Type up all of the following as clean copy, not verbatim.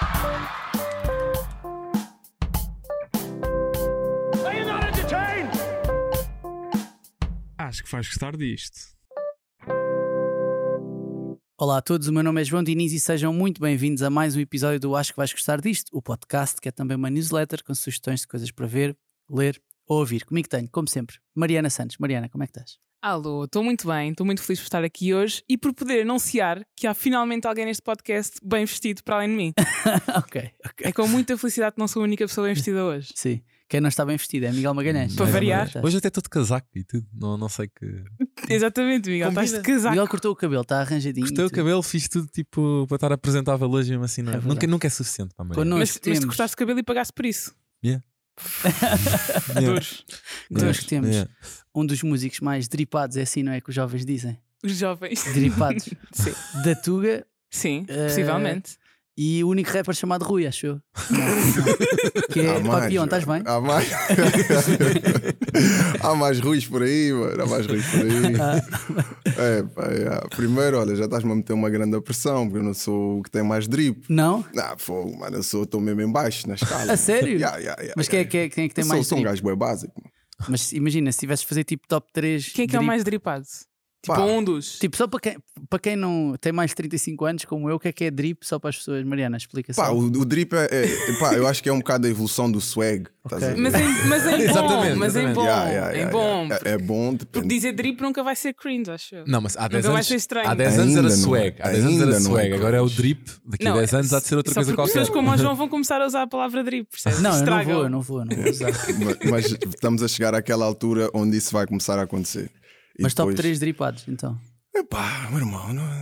Acho que vais gostar disto. Olá a todos, o meu nome é João Diniz e sejam muito bem-vindos a mais um episódio do Acho que vais gostar disto, o podcast que é também uma newsletter com sugestões de coisas para ver, ler ou ouvir. Comigo tenho, como sempre, Mariana Santos. Mariana, como é que estás? Alô, estou muito bem, estou muito feliz por estar aqui hoje e por poder anunciar que há finalmente alguém neste podcast bem vestido para além de mim. Ok. É com muita felicidade que não sou a única pessoa bem vestida hoje. Sim, quem não está bem vestido é Miguel Magalhães. Para variar. Hoje até estou de casaco e tudo. Não sei que. Exatamente, Miguel, estás de casaco. Miguel cortou o cabelo, está arranjadinho. Cortei o cabelo, fiz tudo tipo para estar apresentável hoje mesmo assim. Nunca é suficiente para a Maria. Mas tu cortaste o cabelo e pagaste por isso. Yeah. Duros. Connosco temos um dos músicos mais dripados, é assim, não é que os jovens dizem? Os jovens. Dripados. Sim. Da Tuga. Sim, possivelmente. E o único rapper chamado Rui, acho eu. Que é Papião, estás bem? Há mais. Há mais Ruis por aí, mano. Há mais Ruis por aí. Primeiro, olha, já estás-me a meter uma grande pressão, porque eu não sou o que tem mais drip. Não? Fogo, mano. Eu estou mesmo em baixo na escala. A sério? Mas quem é que tem mais Sou drip? um gajo bem básico. Mas imagina, se tivesses de fazer tipo top 3. Quem é que é o mais dripado? Tipo um dos. Tipo, só para quem não tem mais de 35 anos como eu, o que é drip? Só para as pessoas. Mariana, explica só. O drip eu acho que é um bocado a evolução do swag. Okay. Mas em bom. É bom. Porque dizer drip nunca vai ser cringe, acho eu. Não, mas há 10 nunca vai anos. ser estranho. Há 10 anos era swag. Há 10 anos era swag. É Agora é o drip. Daqui a 10 anos há de ser outra coisa qualquer. Pessoas como o João vão começar a usar a palavra drip. Percebes? Não, eu não vou usar. Mas estamos a chegar àquela altura onde isso vai começar a acontecer. Mas top 3 dripados, então. Epá, meu irmão, não.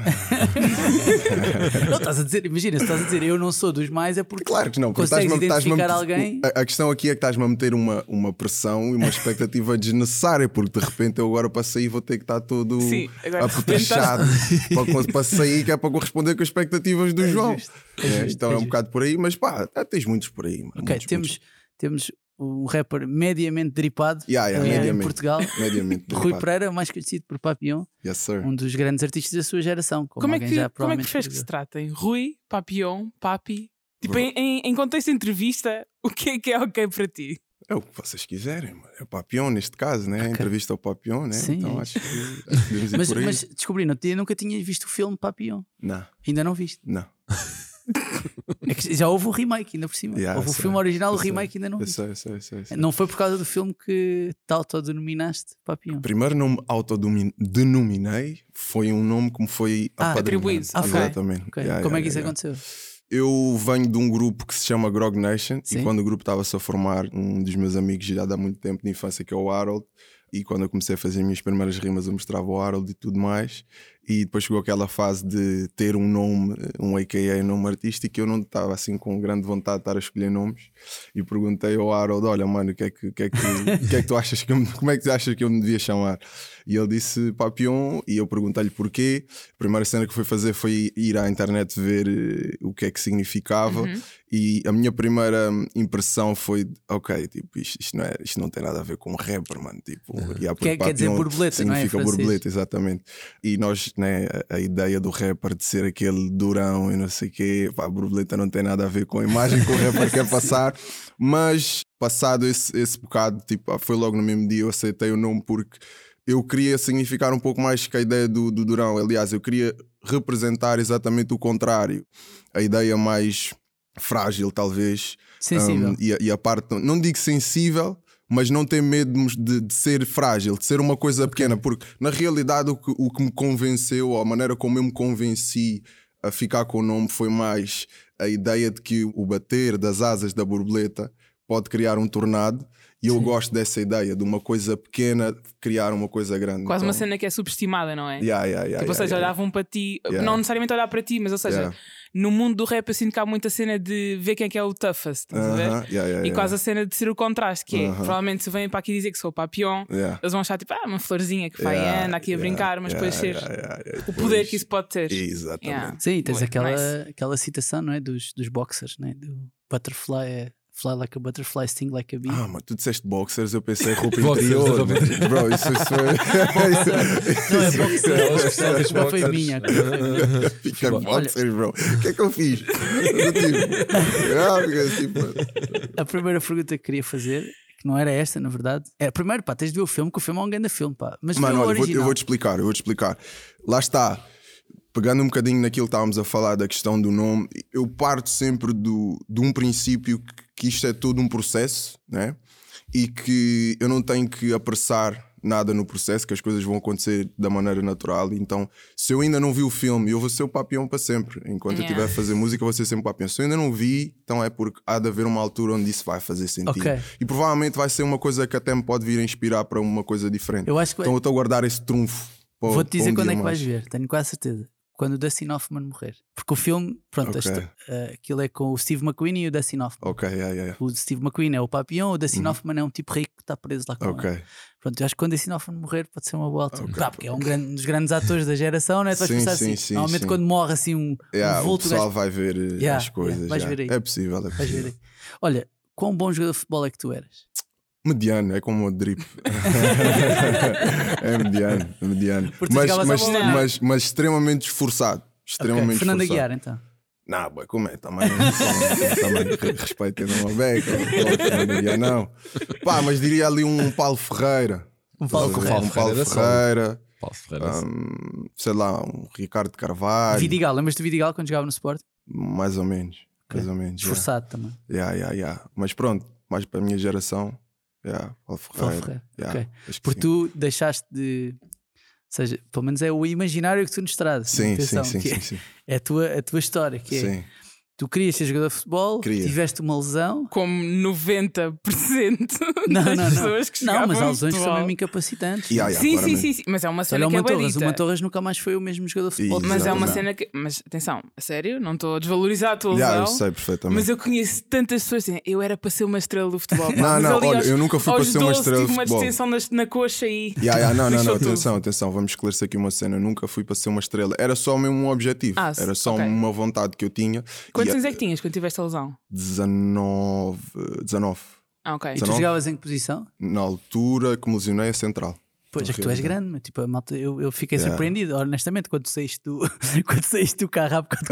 Não estás a dizer, imagina, se estás a dizer eu não sou dos mais, é porque claro que não, porque consegues identificar alguém. A questão aqui é que estás-me a meter uma pressão e uma expectativa desnecessária, porque de repente eu agora para sair vou ter que estar todo apetechado para sair, que é para corresponder com as expectativas do João. Então é um bocado por aí, mas pá, tens muitos por aí. Ok, temos um rapper mediamente dripado em Portugal. Mediamente Rui Pereira, mais conhecido por Papião. Yes, sir. Um dos grandes artistas da sua geração. Como é que fez que se tratem? Rui, Papião, Papi? Tipo, em contexto de entrevista, o que é ok para ti? É o que vocês quiserem, mano. É o Papião neste caso, né? Okay. Entrevista ao Papião, né? Sim. Então acho que devemos ir por aí. Mas descobri, nunca tinhas visto o filme Papião? Não. Ainda não viste? Não. É que já houve um remake ainda por cima. Houve o filme original, o remake ainda não vi. Sei. Não foi por causa do filme que te autodenominaste Papião? Primeiro não me autodenominei, foi um nome que me foi atribuído. Exatamente. Okay. Como é que isso aconteceu? Eu venho de um grupo que se chama Grog Nation. Sim. E quando o grupo estava-se a formar, um dos meus amigos já há muito tempo de infância, que é o Harold, e quando eu comecei a fazer as minhas primeiras rimas eu mostrava o Harold e tudo mais, e depois chegou aquela fase de ter um nome, um AKA, um nome artístico, e eu não estava assim com grande vontade de estar a escolher nomes, e perguntei ao Harold, olha mano, o que é que tu achas como é que tu achas que eu me devia chamar? E ele disse Papião, e eu perguntei-lhe porquê. A primeira cena que fui fazer foi ir à internet ver o que é que significava, e a minha primeira impressão foi, ok, tipo, isto não tem nada a ver com rapper, mano, tipo, quer dizer borboleta, não é? Significa borboleta, exatamente. E nós, né, a ideia do rapper de ser aquele durão e não sei o quê, pá, borboleta não tem nada a ver com a imagem que o rapper quer passar. Mas passado esse bocado, tipo, foi logo no mesmo dia eu aceitei o nome, porque eu queria significar um pouco mais que a ideia do durão. Aliás, eu queria representar exatamente o contrário, a ideia mais frágil, talvez, sensível. E a parte, não digo sensível, mas não ter medo de ser frágil, de ser uma coisa pequena, porque na realidade o que me convenceu, ou a maneira como eu me convenci a ficar com o nome, foi mais a ideia de que o bater das asas da borboleta pode criar um tornado. E eu gosto dessa ideia de uma coisa pequena criar uma coisa grande. Quase uma cena que é subestimada, não é? Tipo, ou seja, olhavam para ti, não necessariamente olhar para ti, mas ou seja, no mundo do rap eu sinto que há muita cena de ver quem é o toughest, estás a ver? E quase a cena de ser o contraste, que é, provavelmente se vêm para aqui dizer que sou o Papião, eles vão achar tipo, uma florzinha que vai anda aqui a brincar, mas depois ser o poder que isso pode ter. Exatamente. Sim, tens aquela citação, não é? Dos boxers, não é? Do butterfly Fly like a butterfly, sting like a bee. Mas tu disseste boxers, eu pensei roupa interior. Bro, isso Não é boxers, a foi minha. Fica boxers, bro. O que é que eu fiz? A primeira pergunta que queria fazer, que não era esta, na verdade, é primeiro, pá, tens de ver o filme, que o filme é um grande filme, pá. Mas mano, olha, eu vou-te explicar. Lá está. Pegando um bocadinho naquilo que estávamos a falar da questão do nome, eu parto sempre de um princípio que isto é todo um processo, né? E que eu não tenho que apressar nada no processo, que as coisas vão acontecer da maneira natural. Então, se eu ainda não vi o filme, eu vou ser o Papillon para sempre. Enquanto eu estiver a fazer música, eu vou ser sempre o Papillon. Se eu ainda não vi, então é porque há de haver uma altura onde isso vai fazer sentido. Okay. E provavelmente vai ser uma coisa que até me pode vir a inspirar para uma coisa diferente. Então eu estou a guardar esse trunfo. Vou-te dizer quando é que vais ver, tenho quase certeza. Quando o Dustin Hoffman morrer. Porque o filme, pronto, aquilo é com o Steve McQueen e o Dustin Hoffman. O Steve McQueen é o Papillon, o Dustin Hoffman é um tipo rico que está preso lá com ele. Pronto, eu acho que quando o Dustin Hoffman morrer pode ser uma boa altura. Porque é um dos grandes atores da geração, né? Tu vais pensar assim. Normalmente quando morre assim um vulto, o pessoal vai ver as coisas. Vais ver aí. É possível. Vais ver aí. Olha, quão bom jogador de futebol é que tu eras? Mediano, é como o drip. É mediano. Mas extremamente esforçado. Fernando Aguiar, então. Não, boy, como é? Também respeitando uma beca. Não. Pá, mas diria ali um Paulo Ferreira. Um Paulo Ferreira. Sei lá, um Ricardo Carvalho. Vidigal, lembras-te do Vidigal quando jogava no Sporting? Mais ou menos. Esforçado também. Mas pronto, mais para a minha geração. Paulo Ferreira. Porque tu deixaste de. Ou seja, pelo menos é o imaginário que tu nos trazes. Sim. É a tua história. Que é, tu querias ser jogador de futebol, tiveste uma lesão. Como 90% das pessoas que chegavam. Não, mas há lesões que são mesmo incapacitantes. Sim. Mas é uma cena olha, que é o bonita. O Mantorras nunca mais foi o mesmo jogador de futebol. Mas é uma cena que. Mas atenção, a sério, não estou a desvalorizar a tua lesão. Eu sei perfeitamente. Mas eu conheço tantas pessoas que dizem, eu era para ser uma estrela do futebol. Olha, eu nunca fui para ser uma estrela do futebol. Tive uma distensão na coxa e. Não, atenção, vamos esclarecer aqui uma cena. Eu nunca fui para ser uma estrela. Era só mesmo um objetivo. Era só uma vontade que eu tinha. Quantos anos é que tinhas quando tiveste a lesão? 19. Ok. E tu jogavas em que posição? Na altura que me lesionei a central. Pois é que tu és grande, mas tipo, a malta, eu fiquei surpreendido, honestamente, quando saíste do carro há bocado.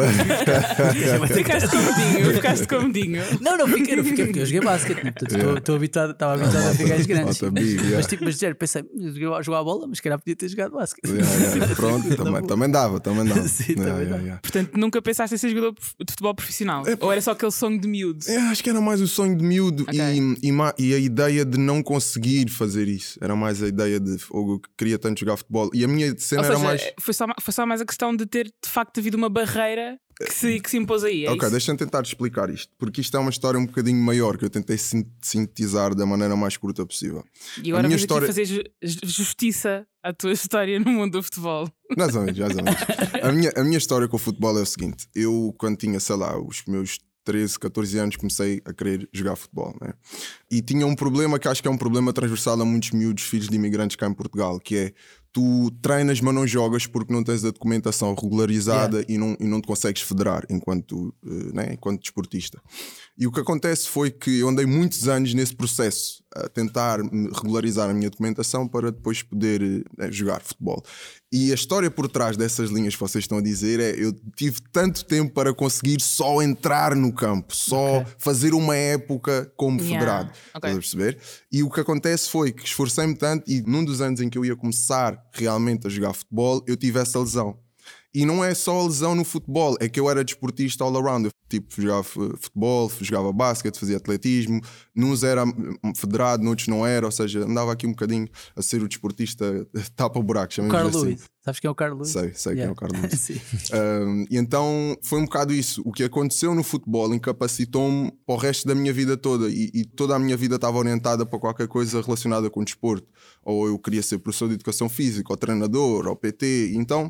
Ficaste comedinho. Não fiquei porque eu joguei basquete, estava habituado a ficar grandes. Mas pensei, jogar a bola, mas se calhar podia ter jogado basquete. Pronto, também dava. Sim, também dava. Portanto, nunca pensaste em ser jogador de futebol profissional? Ou era só aquele sonho de miúdo? Acho que era mais o sonho de miúdo e a ideia de não conseguir fazer isso. Era mais a ideia de eu queria tanto jogar futebol. E a minha cena era mais. Foi só mais a questão de ter de facto havido uma barreira que se impôs aí. Deixa-me tentar explicar isto, porque isto é uma história um bocadinho maior que eu tentei sintetizar da maneira mais curta possível. E agora vamos aqui fazer justiça à tua história no mundo do futebol. Mais ou menos. A minha história com o futebol é o seguinte: eu, quando tinha, sei lá, os meus 13, 14 anos, comecei a querer jogar futebol, né? E tinha um problema que acho que é um problema transversal a muitos miúdos filhos de imigrantes cá em Portugal, que é: tu treinas mas não jogas porque não tens a documentação regularizada e não te consegues federar enquanto desportista. E o que acontece foi que eu andei muitos anos nesse processo a tentar regularizar a minha documentação para depois poder jogar futebol. E a história por trás dessas linhas que vocês estão a dizer é: eu tive tanto tempo para conseguir só entrar no campo, só fazer uma época como federado. Estás a perceber? E o que acontece foi que esforcei-me tanto, e num dos anos em que eu ia começar realmente a jogar futebol, eu tive essa lesão. E não é só a lesão no futebol, é que eu era desportista all around. Eu jogava futebol, jogava basquete, fazia atletismo. Nos era federado, noutros não era. Ou seja, andava aqui um bocadinho a ser o desportista tapa-buraco. O Carlos Lewis. Sabes quem é o Carlos Lewis? Sei quem é o Carlos Lewis. E então foi um bocado isso. O que aconteceu no futebol incapacitou-me para o resto da minha vida toda. E toda a minha vida estava orientada para qualquer coisa relacionada com o desporto. Ou eu queria ser professor de educação física, ou treinador, ou PT. Então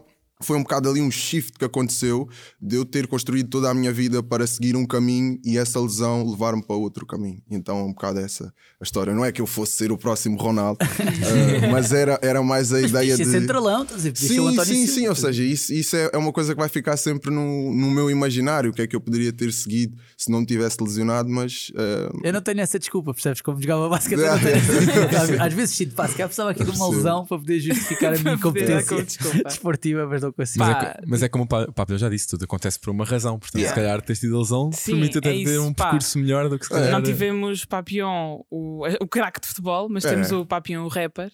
foi um bocado ali um shift que aconteceu de eu ter construído toda a minha vida para seguir um caminho e essa lesão levar-me para outro caminho. Então é um bocado essa a história. Não é que eu fosse ser o próximo Ronaldo, mas era mais a ideia de... centralão, sim, ou seja, isso é uma coisa que vai ficar sempre no meu imaginário, o que é que eu poderia ter seguido se não me tivesse lesionado, mas... Eu não tenho essa desculpa, percebes? Como jogava basquete, às vezes sinto, se calhar precisava aqui de uma lesão para poder justificar a minha incompetência desportiva, mas não consigo. Mas é como o Papo já disse, tudo acontece por uma razão. Portanto, se calhar teres tido a lesão permite até ter um percurso melhor do que se calhar. Não tivemos Papillon, o craque de futebol, mas temos o Papillon, o rapper.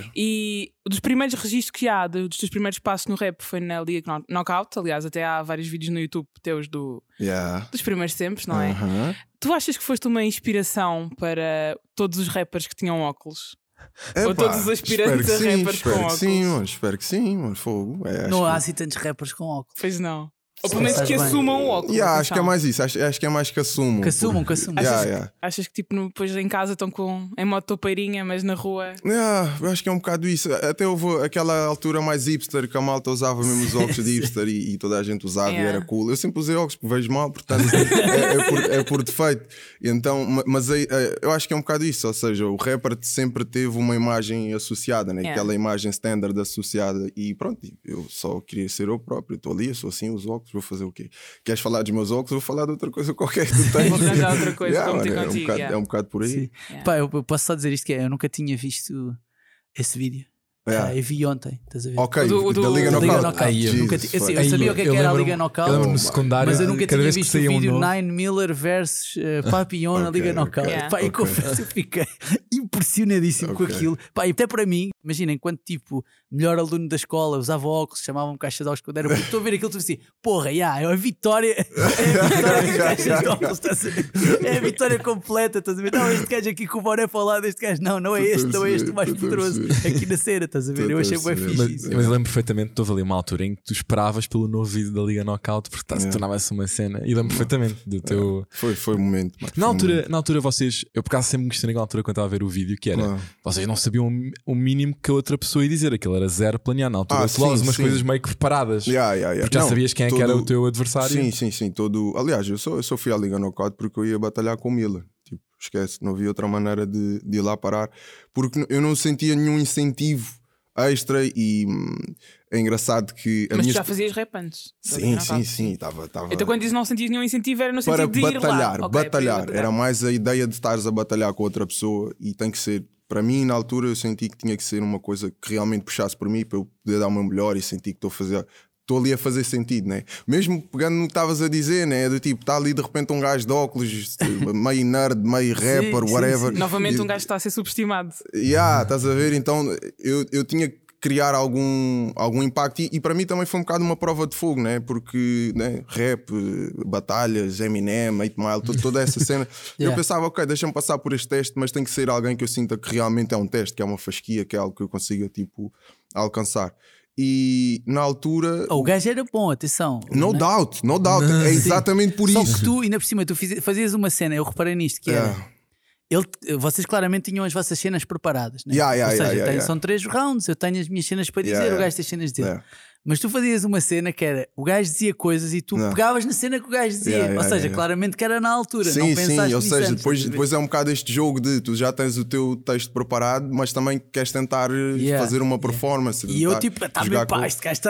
E dos primeiros registros que há, dos teus primeiros passos no rap, foi na Liga Knockout. Aliás, até há vários vídeos no YouTube teus dos primeiros tempos, não é? Tu achas que foste uma inspiração para todos os rappers que tinham óculos? Ou todos os aspirantes a rappers com óculos? Espero que sim, mano. Fogo. Não há assim tantos rappers com óculos. Pois não. Ou pelo menos que assumam o óculos. Acho que é mais isso. Acho que é mais que assumam. Achas que tipo, depois em casa estão em modo toupeirinha, mas na rua. Acho que é um bocado isso. Até houve aquela altura mais hipster que a malta usava mesmo os óculos de hipster e toda a gente usava e era cool. Eu sempre usei óculos porque vejo mal, portanto é por defeito. Então, mas eu acho que é um bocado isso. Ou seja, o rapper sempre teve uma imagem associada, né? Aquela imagem standard associada. E pronto, eu só queria ser eu próprio. Estou ali, eu sou assim, uso óculos. Vou fazer o quê? Queres falar dos meus óculos? Vou falar de outra coisa qualquer que tu tens. Vou arranjar outra coisa contigo. É um bocado por aí. Pá, eu posso só dizer isto, que eu nunca tinha visto esse vídeo. Eu vi ontem, estás a ver? Ok, da Liga Knockout. Eu sabia o que era a Liga Knockout, no secundário, mas eu nunca tinha visto o vídeo Nine Miller versus Papillon na Liga Knockout. Pá, eu confesso, eu fiquei impressionadíssimo com aquilo. Pá, e até para mim, imagina, enquanto tipo melhor aluno da escola, usava óculos, chamavam-me caixa de óculos quando era. Estou a ver aquilo, estou assim, porra, é a vitória das caixas de óculos, estás a ver? É a vitória completa, estás a ver? Não, este gajo aqui com o boné para lá deste gajo, não é este o mais poderoso aqui na cena, estás a ver? Eu achei bem fixe. Mas eu lembro perfeitamente que houve ali uma altura em que tu esperavas pelo novo vídeo da Liga Knockout porque tornava-se uma cena. E lembro perfeitamente do teu. Foi um momento. Na altura vocês, eu por acaso sempre me questionei na altura quando estava a ver o vídeo, que era vocês não sabiam o mínimo que a outra pessoa ia dizer, aquilo era zero planeado. Na altura tu falavas umas coisas meio que preparadas. Porque já sabias quem é que era o teu adversário. Sim. Aliás, eu só fui à Liga Knockout porque eu ia batalhar com o Miller. Tipo, esquece, não havia outra maneira de ir lá parar. Porque eu não sentia nenhum incentivo extra e é engraçado que mas tu já fazias rap antes? Sim, estava. Então quando dizes não sentias nenhum incentivo era no sentido para de ir lá batalhar. Era mais a ideia de estares a batalhar com outra pessoa e tem que ser, para mim na altura eu senti que tinha que ser uma coisa que realmente puxasse por mim para eu poder dar o meu melhor e sentir que estou ali a fazer sentido, né? Mesmo pegando no que estavas a dizer, né? Do tipo, está ali de repente um gajo de óculos, meio nerd, meio rapper, whatever. Novamente um gajo está a ser subestimado. Estás a ver? Então eu tinha que criar algum impacto e para mim também foi um bocado uma prova de fogo, né? Porque rap, batalhas, Eminem, 8 Mile, toda essa cena. Eu pensava, ok, deixa-me passar por este teste, mas tem que ser alguém que eu sinta que realmente é um teste, que é uma fasquia, que é algo que eu consiga tipo alcançar. E na altura o gajo era bom, atenção. No doubt. É exatamente por isso. Só que tu, ainda por cima, tu fazias uma cena, eu reparei nisto, que era vocês claramente tinham as vossas cenas preparadas, né? Ou seja, são 3 rounds, eu tenho as minhas cenas para dizer, o gajo tem as cenas dele. Mas tu fazias uma cena que era o gajo dizia coisas e tu pegavas na cena que o gajo dizia. Ou seja, claramente que era na altura. Não pensaste ou seja, depois é um bocado este jogo de tu já tens o teu texto preparado, mas também queres tentar fazer uma performance. E eu tipo, está bem, pá, este gajo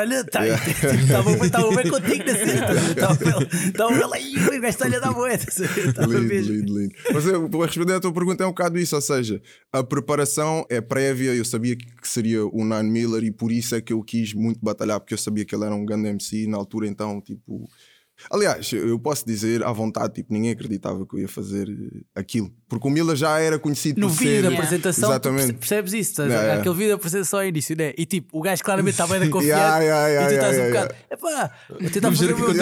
estava bem contigo na cena. Estava bem lá e o gajo está-lhe a dar moeda. Lindo. Mas eu responder à tua pergunta é um bocado isso. Ou seja, a preparação é prévia. Eu sabia que seria o Nine Miller e por isso é que eu quis muito batalhar, porque eu sabia que ele era um grande MC na altura, então tipo... Aliás, eu posso dizer à vontade, tipo, ninguém acreditava que eu ia fazer aquilo, porque o Miller já era conhecido no por vídeo ser... da apresentação. Exatamente. Tu percebes isso, aquele vídeo da apresentação ao início, né? E tipo, o gajo claramente está bem da confiança e tu estás um bocado, epá, vou tentar fazer o meu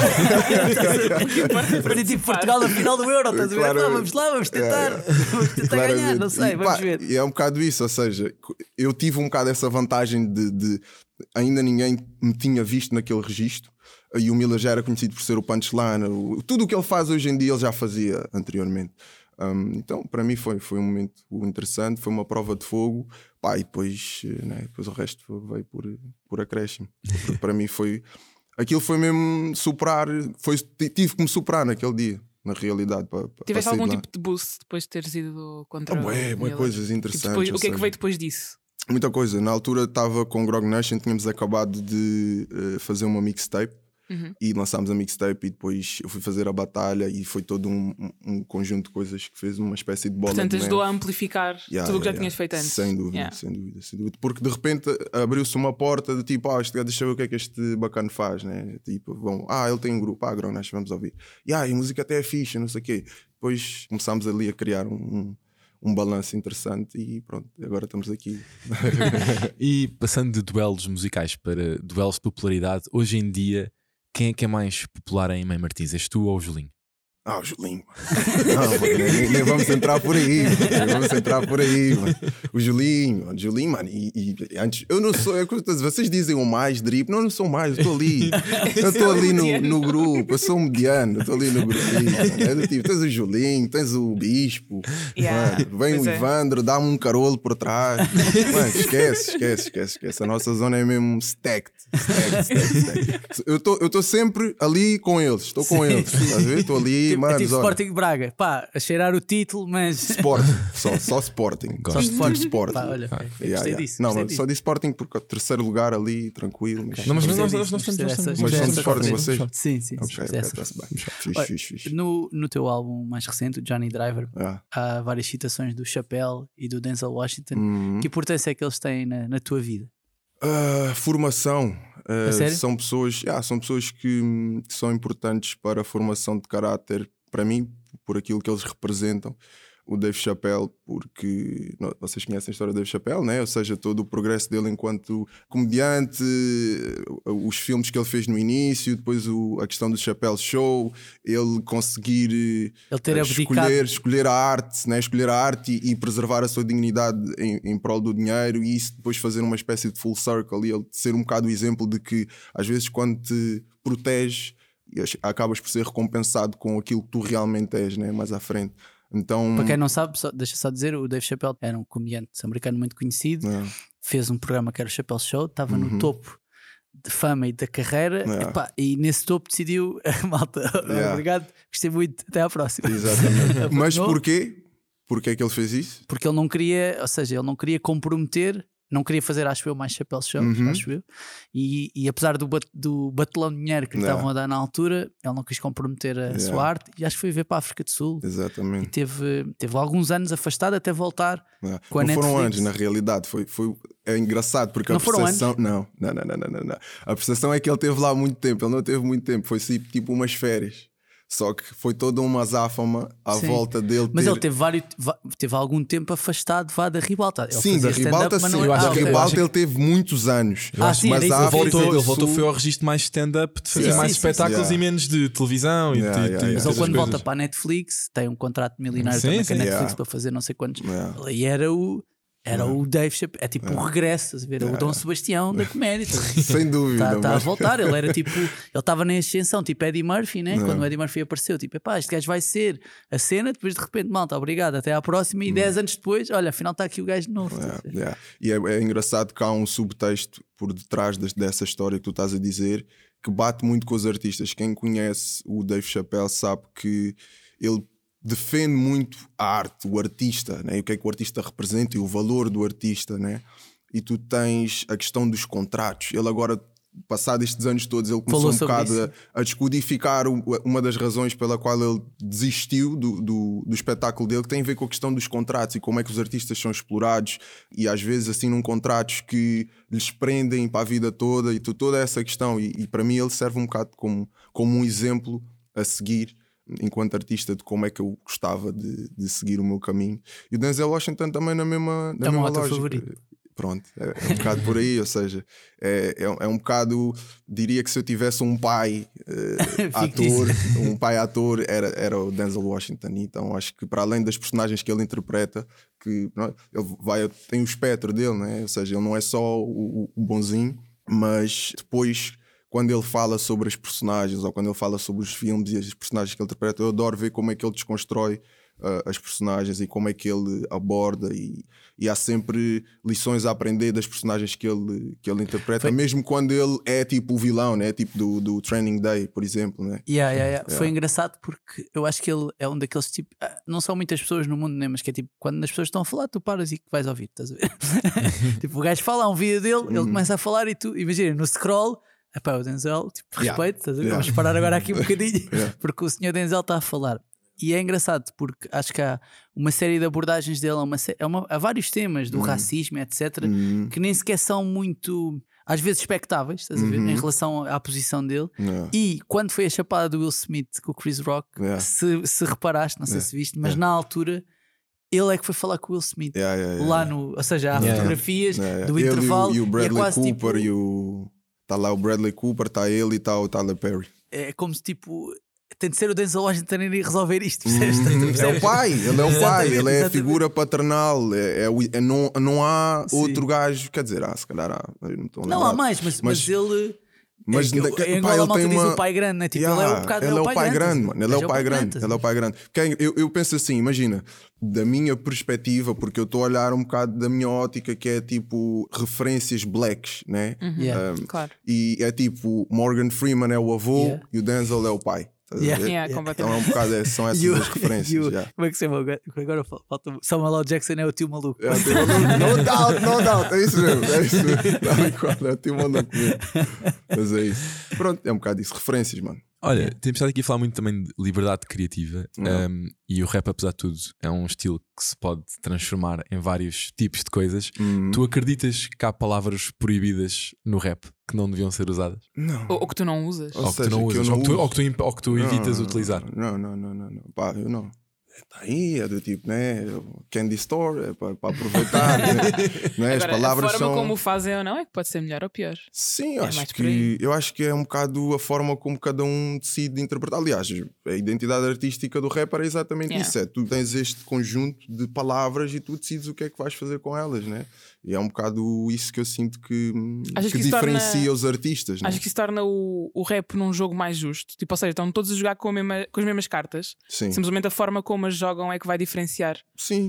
fazer tipo Portugal na final do Euro, estás a ver? Vamos lá, vamos tentar ganhar, não sei, vamos ver. E é um bocado isso, ou seja, eu tive um bocado essa vantagem de ainda ninguém me tinha visto naquele registro. E o Miller já era conhecido por ser o punchline. Tudo o que ele faz hoje em dia ele já fazia anteriormente. Então, para mim foi um momento interessante, foi uma prova de fogo, pá, e depois, né, depois o resto veio por acréscimo. Para mim aquilo foi mesmo superar, tive que me superar naquele dia, na realidade. Tiveste algum tipo de boost depois de teres ido contra coisas interessantes. Tipo, depois, o que é que veio depois disso? Muita coisa. Na altura estava com Grog Nation, tínhamos acabado de fazer uma mixtape. E lançámos a mixtape e depois eu fui fazer a batalha e foi todo um conjunto de coisas que fez uma espécie de bola. Portanto, de ajudou a amplificar tudo o que já tinhas feito antes. Sem dúvida. Porque de repente abriu-se uma porta de tipo, este gajo, deixa eu ver o que é que este bacana faz, né? Tipo, ele tem um grupo, Grog Nation, vamos ouvir. E a música até é fixe, não sei o quê. Depois começámos ali a criar um balanço interessante e pronto, agora estamos aqui. E passando de duelos musicais para duelos de popularidade, hoje em dia quem é que é mais popular em Mãe Martins? És tu ou o Julinho? O Julinho. Não, nem vamos entrar por aí. Mano. O Julinho, mano. E antes, eu não sou. Vocês dizem o mais drip. Não sou mais. Eu estou ali. Eu estou ali no grupo. Eu sou um mediano. Eu estou ali no grupo. É do tipo, tens o Julinho, tens o Bispo. Mano, vem o Ivandro, dá-me um carolo por trás. Mano, esquece. A nossa zona é mesmo stacked. Eu estou sempre ali com eles. Estou com eles. Estás a ver? Estou ali. Tipo Sporting de Braga, pá, a cheirar o título, mas. Sporting, só Sporting. Só Sporting. Pá, olha, gostei disso. Não, só disse Sporting porque o terceiro lugar ali, tranquilo. Mas nós estamos. Mas são de Sporting vocês? Sim. Fixe. No teu álbum mais recente, o Johnny Driver, há várias citações do Chappelle e do Denzel Washington. Que importância é que eles têm na tua vida? Formação. São pessoas que são importantes para a formação de caráter, para mim, por aquilo que eles representam. O Dave Chappelle, porque vocês conhecem a história do Dave Chappelle, né? Ou seja, todo o progresso dele enquanto comediante, os filmes que ele fez no início, depois a questão do Chappelle Show, ele conseguir escolher a arte, né? Escolher a arte e preservar a sua dignidade em prol do dinheiro, e isso depois fazer uma espécie de full circle, e ele ser um bocado o exemplo de que às vezes quando te protege acabas por ser recompensado com aquilo que tu realmente és, né? Mais à frente. Então, para quem não sabe, deixa só dizer, o Dave Chappelle era um comediante americano muito conhecido, fez um programa que era o Chappelle Show, estava no topo de fama e da carreira, e nesse topo decidiu, malta, obrigado, gostei muito, até à próxima. Exatamente. Mas porquê? Porquê é que ele fez isso? Porque ele não queria, ou seja, ele não queria comprometer, não queria fazer, acho eu, mais Chappelle Shows, acho eu. E apesar do batelão de dinheiro que lhe estavam a dar na altura, ele não quis comprometer a sua arte, e acho que foi ver para a África do Sul. Exatamente. E teve alguns anos afastado até voltar com a Netflix. Não foram anos, na realidade. É engraçado porque não a percepção. Não. A percepção é que ele teve lá muito tempo. Ele não teve muito tempo, foi tipo umas férias. Só que foi toda uma azáfama à volta dele. Mas ele teve algum tempo afastado da ribalta. Sim, da ribalta sim. Eu acho que a ribalta ele teve muitos anos. Mas ele voltou foi ao registro mais stand-up, de fazer mais espetáculos e menos de televisão. Mas ele quando volta para a Netflix tem um contrato milionário também com a Netflix para fazer não sei quantos. E era o Dave Chappelle, é tipo um regresso, a ver, o Dom Sebastião da comédia. Sem dúvida. Está a voltar, ele era tipo, ele estava na ascensão, tipo Eddie Murphy, né? Quando o Eddie Murphy apareceu, tipo, este gajo vai ser a cena, depois de repente, malta, obrigado, até à próxima, e 10 anos depois, olha, afinal está aqui o gajo de novo. E é engraçado que há um subtexto por detrás dessa história que tu estás a dizer, que bate muito com os artistas. Quem conhece o Dave Chappelle sabe que ele defende muito a arte, o artista, né? E o que é que o artista representa e o valor do artista, né? E tu tens a questão dos contratos. Ele agora, passado estes anos todos, ele começou um bocado a descodificar uma das razões pela qual ele desistiu do espetáculo dele, que tem a ver com a questão dos contratos e como é que os artistas são explorados, e às vezes assinam contratos que lhes prendem para a vida toda, e toda essa questão, e para mim ele serve um bocado como um exemplo a seguir enquanto artista de como é que eu gostava de seguir o meu caminho. E o Denzel Washington também na mesma lógica. Favorito. Pronto, é um bocado por aí, ou seja, é um bocado, diria que se eu tivesse um pai ator, era o Denzel Washington. Então acho que para além das personagens que ele interpreta, que ele tem o espectro dele, né? Ou seja, ele não é só o bonzinho, mas depois, quando ele fala sobre as personagens ou quando ele fala sobre os filmes e as personagens que ele interpreta, eu adoro ver como é que ele desconstrói as personagens e como é que ele aborda, e há sempre lições a aprender das personagens que ele interpreta, mesmo quando ele é tipo o vilão, né? Tipo do Training Day, por exemplo, né? Foi engraçado porque eu acho que ele é um daqueles tipo, não são muitas pessoas no mundo, né? Mas que é tipo, quando as pessoas estão a falar, tu paras e vais ouvir, estás a ver? Tipo, o gajo fala, há um vídeo dele, ele começa a falar e tu, imagina, no scroll, o Denzel, tipo, respeito, estás a ver? Vamos parar agora aqui um bocadinho, porque o senhor Denzel está a falar. E é engraçado porque acho que há uma série de abordagens dele há vários temas do racismo, etc., que nem sequer são muito, às vezes, expectáveis, estás a ver, em relação à posição dele. E quando foi a chapada do Will Smith com o Chris Rock, se reparaste, não sei se viste, mas na altura ele é que foi falar com o Will Smith lá no, ou seja, há fotografias do intervalo e o Bradley e é quase Cooper tipo, está lá o Bradley Cooper, está ele e está o Tyler Perry. É como se tipo tem de ser o Denzel Washington a ir resolver isto, percebes? É o pai, ele é o pai, ele é a figura paternal, não há outro gajo, quer dizer, se calhar há, não há mais, mas ele. Mas ele tem uma... o pai grande, né? Tipo, ele é o pai grande, mano. Ele é o pai grande. Ele é o pai grande. Eu penso assim, imagina, da minha perspectiva, porque eu estou a olhar um bocado da minha ótica, que é tipo referências blacks, né? Claro. E é tipo, Morgan Freeman é o avô e o Denzel é o pai. Então é um bocado, são essas as referências. Como é que se chama? Agora falta. Samuel L. Jackson é o tio maluco. No doubt, é isso mesmo. É o tio maluco mesmo. Mas é isso. Pronto, é um bocado isso. Referências, mano. Olha, temos estado aqui a falar muito também de liberdade criativa, e o rap, apesar de tudo, é um estilo que se pode transformar em vários tipos de coisas. Tu acreditas que há palavras proibidas no rap que não deviam ser usadas? Não. Ou que tu não usas? Ou que tu evitas utilizar? Não. Pá, eu não. Está aí, é do tipo, né? Candy Store, é para aproveitar. Né? Agora, as palavras a forma são... como o fazem ou não é que pode ser melhor ou pior. Sim, eu acho que é um bocado a forma como cada um decide interpretar. Aliás, a identidade artística do rapper é exatamente isso. Tu tens este conjunto de palavras e tu decides o que é que vais fazer com elas, né? E é um bocado isso que eu sinto que diferencia os artistas. Acho que isso torna o rap num jogo mais justo. Tipo, ou seja, estão todos a jogar com as mesmas cartas. Sim. Simplesmente a forma como as jogam é que vai diferenciar. Sim.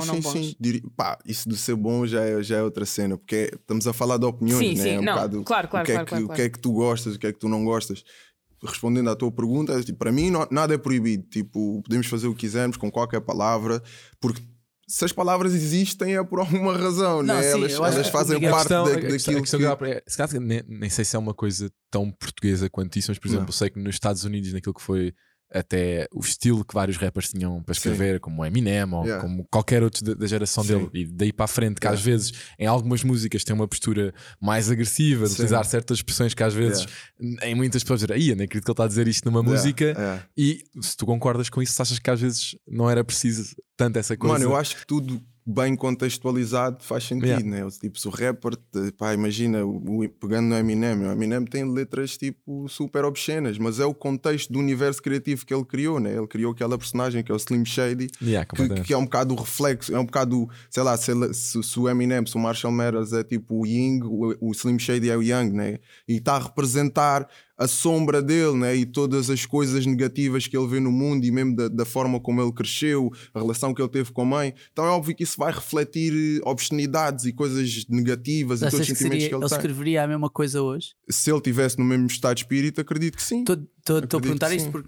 Pá, isso de ser bom já é outra cena, porque estamos a falar de opiniões, né? Claro. O que é que tu gostas, o que é que tu não gostas. Respondendo à tua pergunta, tipo, para mim nada é proibido. Tipo, podemos fazer o que quisermos com qualquer palavra, porque se as palavras existem é por alguma razão, não, né? Sim, elas fazem parte daquilo que... Nem sei se é uma coisa tão portuguesa quanto isso, mas por exemplo, sei que nos Estados Unidos, naquilo que foi até o estilo que vários rappers tinham para escrever, como Eminem ou como qualquer outro da geração dele, e daí para a frente, que às vezes em algumas músicas tem uma postura mais agressiva de utilizar certas expressões que às vezes em muitas pessoas dizem, nem acredito que ele está a dizer isto numa música, e se tu concordas com isso, achas que às vezes não era preciso tanto essa coisa? Mano, eu acho que tudo bem contextualizado faz sentido, né? Tipo, se o rapper, pá, imagina, pegando no Eminem, o Eminem tem letras tipo super obscenas, mas é o contexto do universo criativo que ele criou, né? Ele criou aquela personagem que é o Slim Shady, que é um bocado o reflexo, é um bocado, sei lá, se o Eminem, se o Marshall Mathers é tipo o Ying, o Slim Shady é o Yang, né? E está a representar a sombra dele, né? E todas as coisas negativas que ele vê no mundo, e mesmo da forma como ele cresceu, a relação que ele teve com a mãe. Então é óbvio que isso vai refletir obscenidades e coisas negativas e todos os sentimentos que ele tem. Ele escreveria a mesma coisa hoje? Se ele estivesse no mesmo estado de espírito, acredito que sim. Estou a perguntar isto porque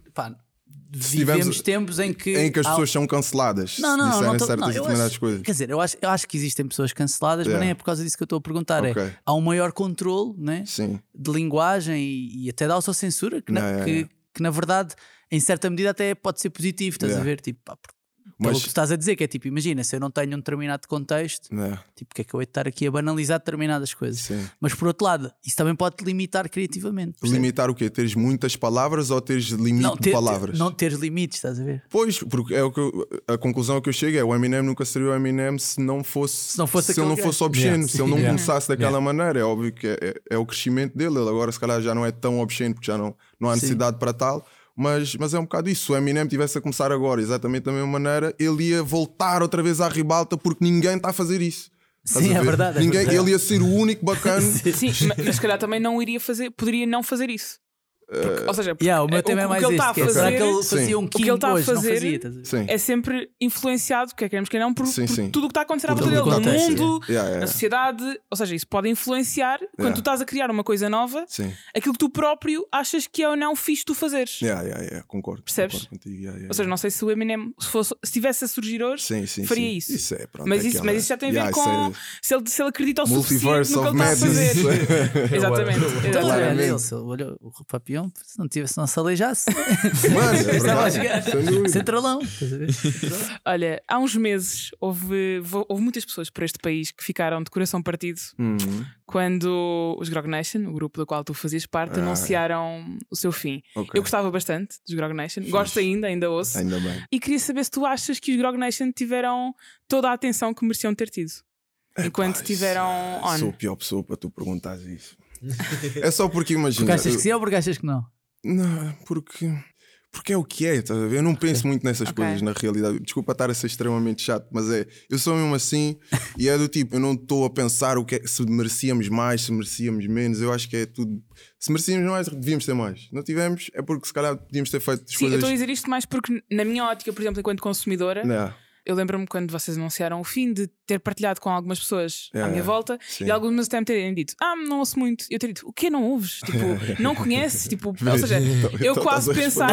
vivemos tempos em que as pessoas são canceladas. Coisas. Quer dizer, eu acho que existem pessoas canceladas, mas nem é por causa disso que eu estou a perguntar. Há um maior controle, né? De linguagem e até da autocensura que na verdade em certa medida até pode ser positivo, estás a ver? Tipo, Mas... o que tu estás a dizer, que é tipo, imagina, se eu não tenho um determinado contexto, tipo, que é que eu hei de estar aqui a banalizar determinadas coisas? Sim. Mas por outro lado, isso também pode te limitar criativamente. Percebe? Limitar o quê? Teres muitas palavras ou teres limite de palavras? Não teres limites, estás a ver? Pois, porque é a conclusão que eu chego é: o Eminem nunca seria o Eminem se ele não fosse obsceno, se ele não começasse daquela maneira. É óbvio que é o crescimento dele. Ele agora se calhar já não é tão obsceno, porque já não há necessidade para tal. Mas é um bocado isso. Se o Eminem tivesse a começar agora exatamente da mesma maneira, ele ia voltar outra vez à ribalta, porque ninguém está a fazer isso. Sim, é verdade. Ele ia ser o único bacana. Sim, mas se calhar também não iria fazer, poderia não fazer isso. Ou seja, o meu tema é mais este. Será que ele fazia um King hoje? Não fazia, é sempre influenciado, quer queremos que não, por tudo o que está a acontecer à volta dele, no mundo, na sociedade. Ou seja, isso pode influenciar quando tu estás a criar uma coisa nova, aquilo que tu próprio achas que é ou não fixe tu fazeres. Concordo. Percebes? Concordo contigo, ou seja, não sei se o Eminem, se estivesse a surgir hoje, faria isso. Isso é, pronto, mas isso já tem a ver com se ele acredita o suficiente no que ele está a fazer. Exatamente. Olha, o Papião, se não se aleijasse, centralão. Olha, há uns meses houve muitas pessoas por este país que ficaram de coração partido quando os Grog Nation, o grupo do qual tu fazias parte, anunciaram o seu fim. Eu gostava bastante dos Grog Nation, gosto ainda ouço. Ainda bem. E queria saber se tu achas que os Grog Nation tiveram toda a atenção que mereciam ter tido enquanto estiveram on. Sou a pior pessoa para tu perguntares isso. É só porque imagina. Porque achas que sim ou porque achas que não? Não, porque é o que é, estás a ver? Eu não penso muito nessas coisas na realidade. Desculpa estar a ser extremamente chato, mas eu sou mesmo assim. E é do tipo, eu não estou a pensar se merecíamos mais, se merecíamos menos. Eu acho que é tudo. Se merecíamos mais, devíamos ter mais. Não tivemos, é porque se calhar podíamos ter feito as coisas. Eu estou a dizer isto mais porque na minha ótica, por exemplo, enquanto consumidora, eu lembro-me quando vocês anunciaram o fim de ter partilhado com algumas pessoas à minha volta e algumas até me terem dito: não ouço muito. Eu ter dito: o que não ouves? Tipo, não conheces? Tipo, ou seja, eu quase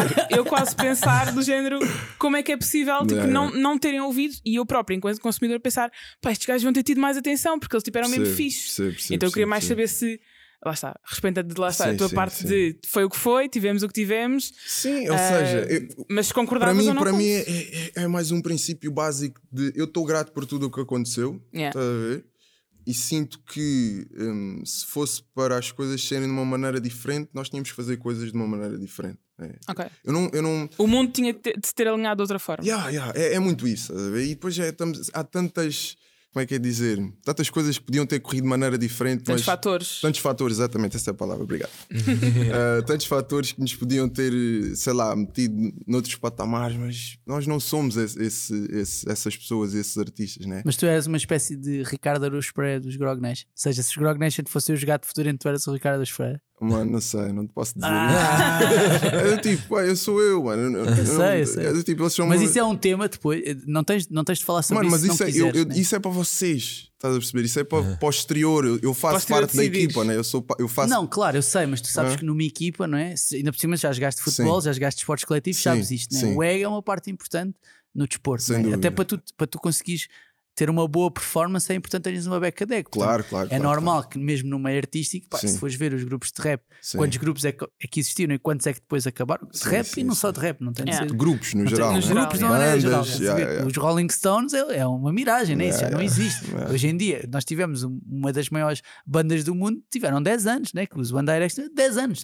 pensar do género: como é que é possível não terem ouvido? E eu próprio, enquanto consumidor, pensar: estes gajos vão ter tido mais atenção porque eles tiveram mesmo fixe. Então eu queria mais saber se. Lá está, respeita-te a tua parte de foi o que foi, tivemos o que tivemos. Sim, ou seja, mas concordavas ou não? Para mim é mais um princípio básico de eu estou grato por tudo o que aconteceu, estás a ver? E sinto que se fosse para as coisas serem de uma maneira diferente, nós tínhamos que fazer coisas de uma maneira diferente. Eu não... O mundo tinha de se ter alinhado de outra forma. É muito isso, estás a ver? E depois há tantas. Como é que é dizer? Tantas coisas que podiam ter corrido de maneira diferente. Tantos fatores, exatamente, essa é a palavra, obrigado. Tantos fatores que nos podiam ter, sei lá, metido noutros patamares, mas nós não somos essas pessoas, esses artistas, né? Mas tu és uma espécie de Ricardo Araújo Pereira dos Grog Nation. Ou seja, se os Grog Nation fossem o Gato Fedorento, tu eras o Ricardo Araújo Pereira. Mano, não sei, não te posso dizer isso. É do tipo, eu sou eu, mano. Eu sei. É do tipo, eles mas isso é um tema depois. Não tens de falar sobre isso. Mas isso é para vocês. Estás a perceber? Isso é para o exterior. Eu faço parte da equipa, né? Eu faço... Não, claro, eu sei, mas tu sabes que numa equipa, não é? Ainda por cima já jogaste futebol, já jogaste esportes coletivos, sabes isto, não é? O ego é uma parte importante no desporto, não é? Até para tu conseguires ter uma boa performance é importante teres uma beca de ego. Claro. É normal que mesmo no meio artístico, se fores ver os grupos de rap, quantos grupos é que existiram e quantos é que depois acabaram? De rap e não só de rap, não tem de ser. Grupos no geral. Grupos de maneira geral. Os Rolling Stones é uma miragem, né? Isso já não existe. Hoje em dia, nós tivemos uma das maiores bandas do mundo, tiveram 10 anos, né? Que os One Direction 10 anos.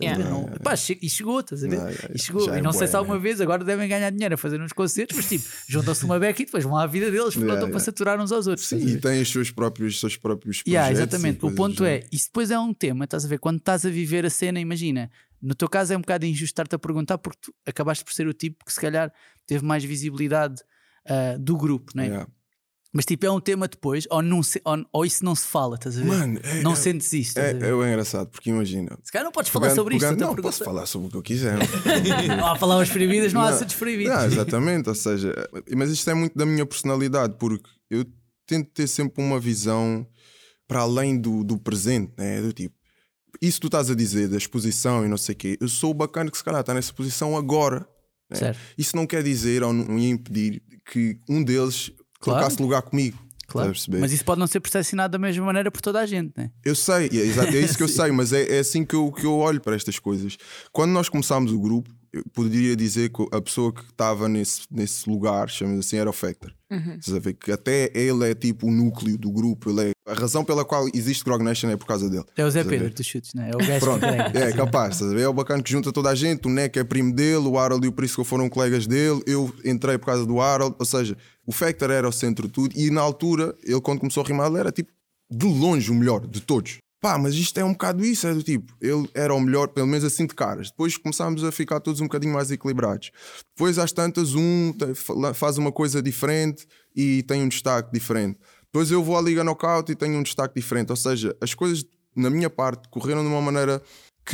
E chegou, estás a ver? E não sei se alguma vez agora devem ganhar dinheiro a fazer uns concertos, mas tipo, juntam-se uma beca e depois vão à vida deles, porque não estão para saturar uns aos outros. Sim, e têm os seus próprios projetos. Exatamente. O ponto é, isso depois é um tema, estás a ver? Quando estás a viver a cena, imagina, no teu caso é um bocado injusto estar-te a perguntar porque tu acabaste por ser o tipo que se calhar teve mais visibilidade do grupo, não é? Mas tipo, é um tema depois, ou isso não se fala, estás a ver? Mano, não sentes isso. É engraçado, porque imagina. Se calhar não podes falar sobre isto. Não, posso falar sobre o que eu quiser. Não há palavras proibidas, não há assuntos proibidos. Exatamente, ou seja, mas isto é muito da minha personalidade, porque eu tento ter sempre uma visão para além do presente, né? Do tipo, isso tu estás a dizer da exposição e não sei o quê, eu sou o bacana que se calhar está nessa posição agora, né? Isso não quer dizer ou não ia impedir que um deles colocasse lugar comigo. Claro. Mas isso pode não ser percepcionado da mesma maneira por toda a gente, né? Eu sei, é isso que eu sei, mas é assim que eu olho para estas coisas. Quando nós começámos o grupo, eu poderia dizer que a pessoa que estava nesse lugar, chamamos assim, era o Factor. Estás a ver que até ele é tipo o núcleo do grupo, ele é a razão pela qual existe Grog Nation é por causa dele. É o Zé Pedro dos chutes, não é? É o gajo que é capaz, estás a ver? É o bacana que junta toda a gente. O Neck é primo dele, o Harold e o Prisco foram colegas dele. Eu entrei por causa do Harold, ou seja, o Factor era o centro de tudo. E na altura, ele quando começou a rimar, ele era tipo de longe o melhor de todos. Mas isto é um bocado isso, é do tipo, ele era o melhor, pelo menos assim de caras. Depois começámos a ficar todos um bocadinho mais equilibrados. Depois às tantas faz uma coisa diferente e tem um destaque diferente. Depois eu vou à Liga Knockout e tenho um destaque diferente. Ou seja, as coisas na minha parte correram de uma maneira que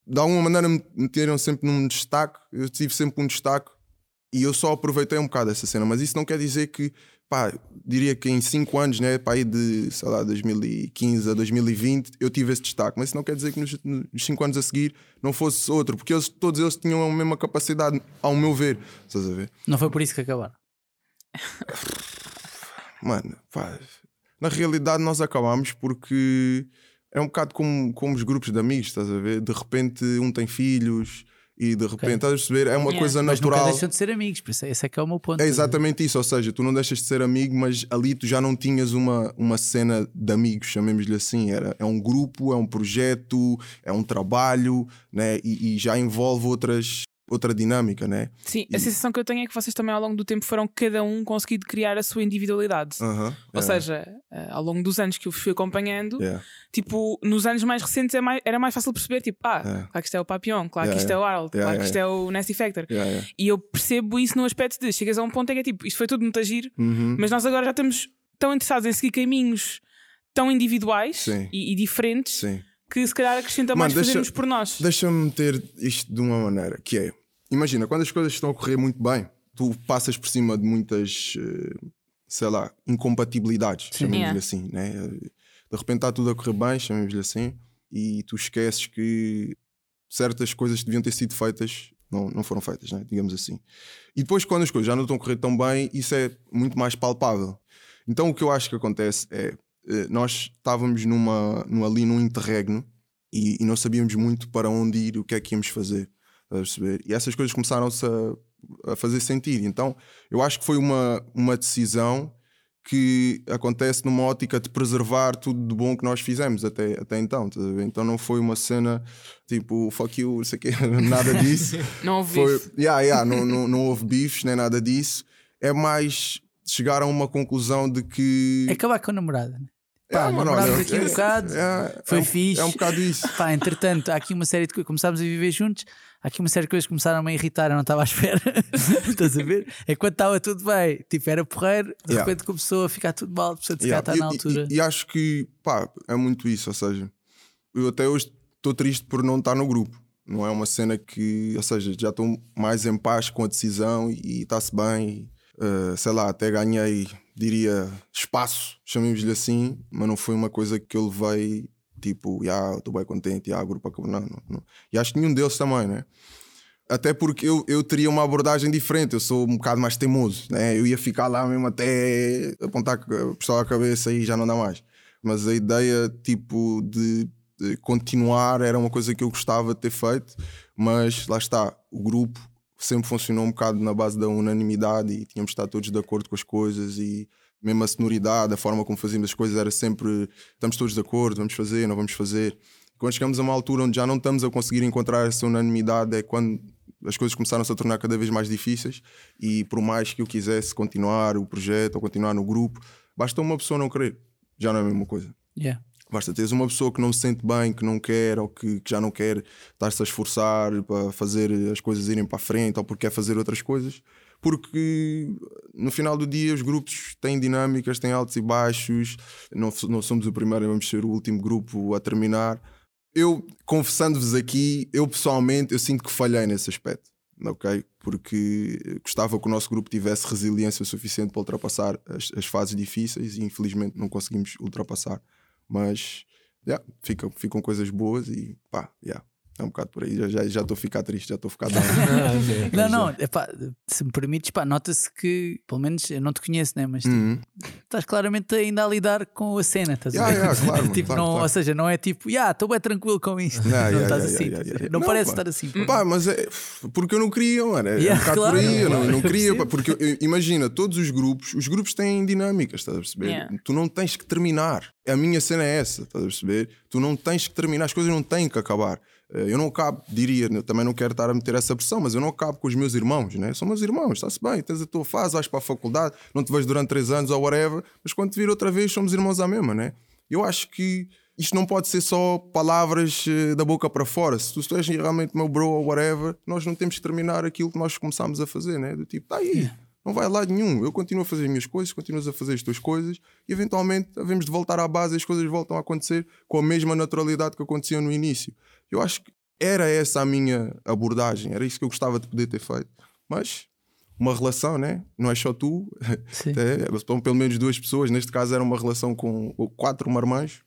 de alguma maneira me meteram sempre num destaque. Eu tive sempre um destaque e eu só aproveitei um bocado essa cena. Mas isso não quer dizer que, pá, diria que em 5 anos, né, pá, aí de, sei lá, 2015 a 2020 eu tive esse destaque. Mas isso não quer dizer que nos 5 anos a seguir não fosse outro, porque todos eles tinham a mesma capacidade, ao meu ver. Estás a ver? Não foi por isso que acabaram? Mano, pá, na realidade nós acabámos porque é um bocado como os grupos de amigos, estás a ver? De repente um tem filhos e de repente, estás a perceber? É uma coisa natural. Mas nunca deixam de ser amigos, por isso esse é que é o meu ponto. É exatamente isso, ou seja, tu não deixas de ser amigo, mas ali tu já não tinhas uma cena de amigos, chamemos-lhe assim. É um grupo, é um projeto, é um trabalho, né? E já envolve outra dinâmica, né? Sim, a sensação que eu tenho é que vocês também ao longo do tempo foram cada um conseguindo criar a sua individualidade. Ou seja, ao longo dos anos que eu fui acompanhando, tipo, nos anos mais recentes era mais fácil perceber, tipo, claro que isto é o Papillon, claro que isto é o Harold, claro que isto é o Nasty Factor. E eu percebo isso no aspecto de chegas a um ponto em que é tipo, isto foi tudo muito agir, mas nós agora já estamos tão interessados em seguir caminhos tão individuais e diferentes. Sim. Que se calhar acrescenta mais fazermos por nós. Deixa-me meter isto de uma maneira, que é, imagina, quando as coisas estão a correr muito bem, tu passas por cima de muitas, sei lá, incompatibilidades, chamemos-lhe assim, né? De repente está tudo a correr bem, chamemos-lhe assim, e tu esqueces que certas coisas que deviam ter sido feitas não foram feitas, né? Digamos assim. E depois, quando as coisas já não estão a correr tão bem, isso é muito mais palpável. Então o que eu acho que acontece é, nós estávamos ali num interregno e não sabíamos muito para onde ir, o que é que íamos fazer, a perceber? E essas coisas começaram-se a fazer sentido. Então eu acho que foi uma decisão que acontece numa ótica de preservar tudo de bom que nós fizemos até então, tá a ver? Então não foi uma cena tipo fuck you, não sei o quê, nada disso. Não houve bife. Não houve bifes nem nada disso. É mais chegar a uma conclusão de que acabar com a namorada, né? Pá, namorámos aqui um bocado, foi fixe. É um bocado isso. Pá, entretanto, há aqui uma série de coisas, começámos a viver juntos, há aqui uma série de coisas que começaram a me irritar, eu não estava à espera. Estás a ver? É quando estava tudo bem, tipo, era porreiro, de repente começou a ficar tudo mal, precisa de ficar está na altura. E acho que, pá, é muito isso, ou seja, eu até hoje estou triste por não estar no grupo. Não é uma cena que, ou seja, já estou mais em paz com a decisão e está-se bem. Sei lá, até ganhei, diria, espaço, chamemos-lhe assim, mas não foi uma coisa que eu levei tipo, estou bem contente, o grupo acabou. Não. E acho que nenhum deles também, né? Até porque eu teria uma abordagem diferente, eu sou um bocado mais teimoso, né? Eu ia ficar lá mesmo até apontar a pistola à cabeça e já não dá mais. Mas a ideia tipo de continuar era uma coisa que eu gostava de ter feito, mas lá está, o grupo sempre funcionou um bocado na base da unanimidade e tínhamos de estar todos de acordo com as coisas e mesmo a sonoridade, a forma como fazíamos as coisas era sempre estamos todos de acordo, vamos fazer, não vamos fazer. Quando chegamos a uma altura onde já não estamos a conseguir encontrar essa unanimidade é quando as coisas começaram-se a tornar cada vez mais difíceis e por mais que eu quisesse continuar o projeto ou continuar no grupo, basta uma pessoa não querer, já não é a mesma coisa. Basta teres uma pessoa que não se sente bem, que não quer ou que já não quer estar-se a esforçar para fazer as coisas irem para a frente ou porque quer fazer outras coisas, porque no final do dia os grupos têm dinâmicas, têm altos e baixos, não somos o primeiro, vamos ser o último grupo a terminar. Eu, confessando-vos aqui, eu pessoalmente eu sinto que falhei nesse aspecto, ok? Porque gostava que o nosso grupo tivesse resiliência suficiente para ultrapassar as fases difíceis e infelizmente não conseguimos ultrapassar. Mas ficam coisas boas e pá, é um bocado por aí. Já estou a ficar triste, já estou a ficar Não, epá, se me permites, pá, nota-se que, pelo menos eu não te conheço, né? Mas estás claramente ainda a lidar com a cena, estás a ver? Claro, tipo, claro, não, claro. Ou seja, não é tipo, estou bem tranquilo com isto. Não estás assim, não parece estar assim. Pá, mas é porque eu não queria, mano. É um bocado por aí, eu não queria, pá, porque imagina, todos os grupos têm dinâmicas, estás a perceber? Tu não tens que terminar. A minha cena é essa, estás a perceber? Tu não tens que terminar, as coisas não têm que acabar. Eu não acabo, eu também não quero estar a meter essa pressão, mas eu não acabo com os meus irmãos, né? São meus irmãos, está-se bem, tens a tua fase, vais para a faculdade, não te vejo durante 3 anos ou whatever, mas quando te vir outra vez somos irmãos à mesma, né? Eu acho que isto não pode ser só palavras da boca para fora. Se tu és realmente meu bro ou whatever, nós não temos que terminar aquilo que nós começámos a fazer, né? Do tipo, está aí. Não vai a lado nenhum, eu continuo a fazer as minhas coisas, continuas a fazer as tuas coisas e eventualmente havemos de voltar à base e as coisas voltam a acontecer com a mesma naturalidade que aconteciam no início. Eu acho que era essa a minha abordagem, era isso que eu gostava de poder ter feito. Mas uma relação, né? Não é só tu, estão pelo menos 2 pessoas. Neste caso era uma relação com 4 marmãs.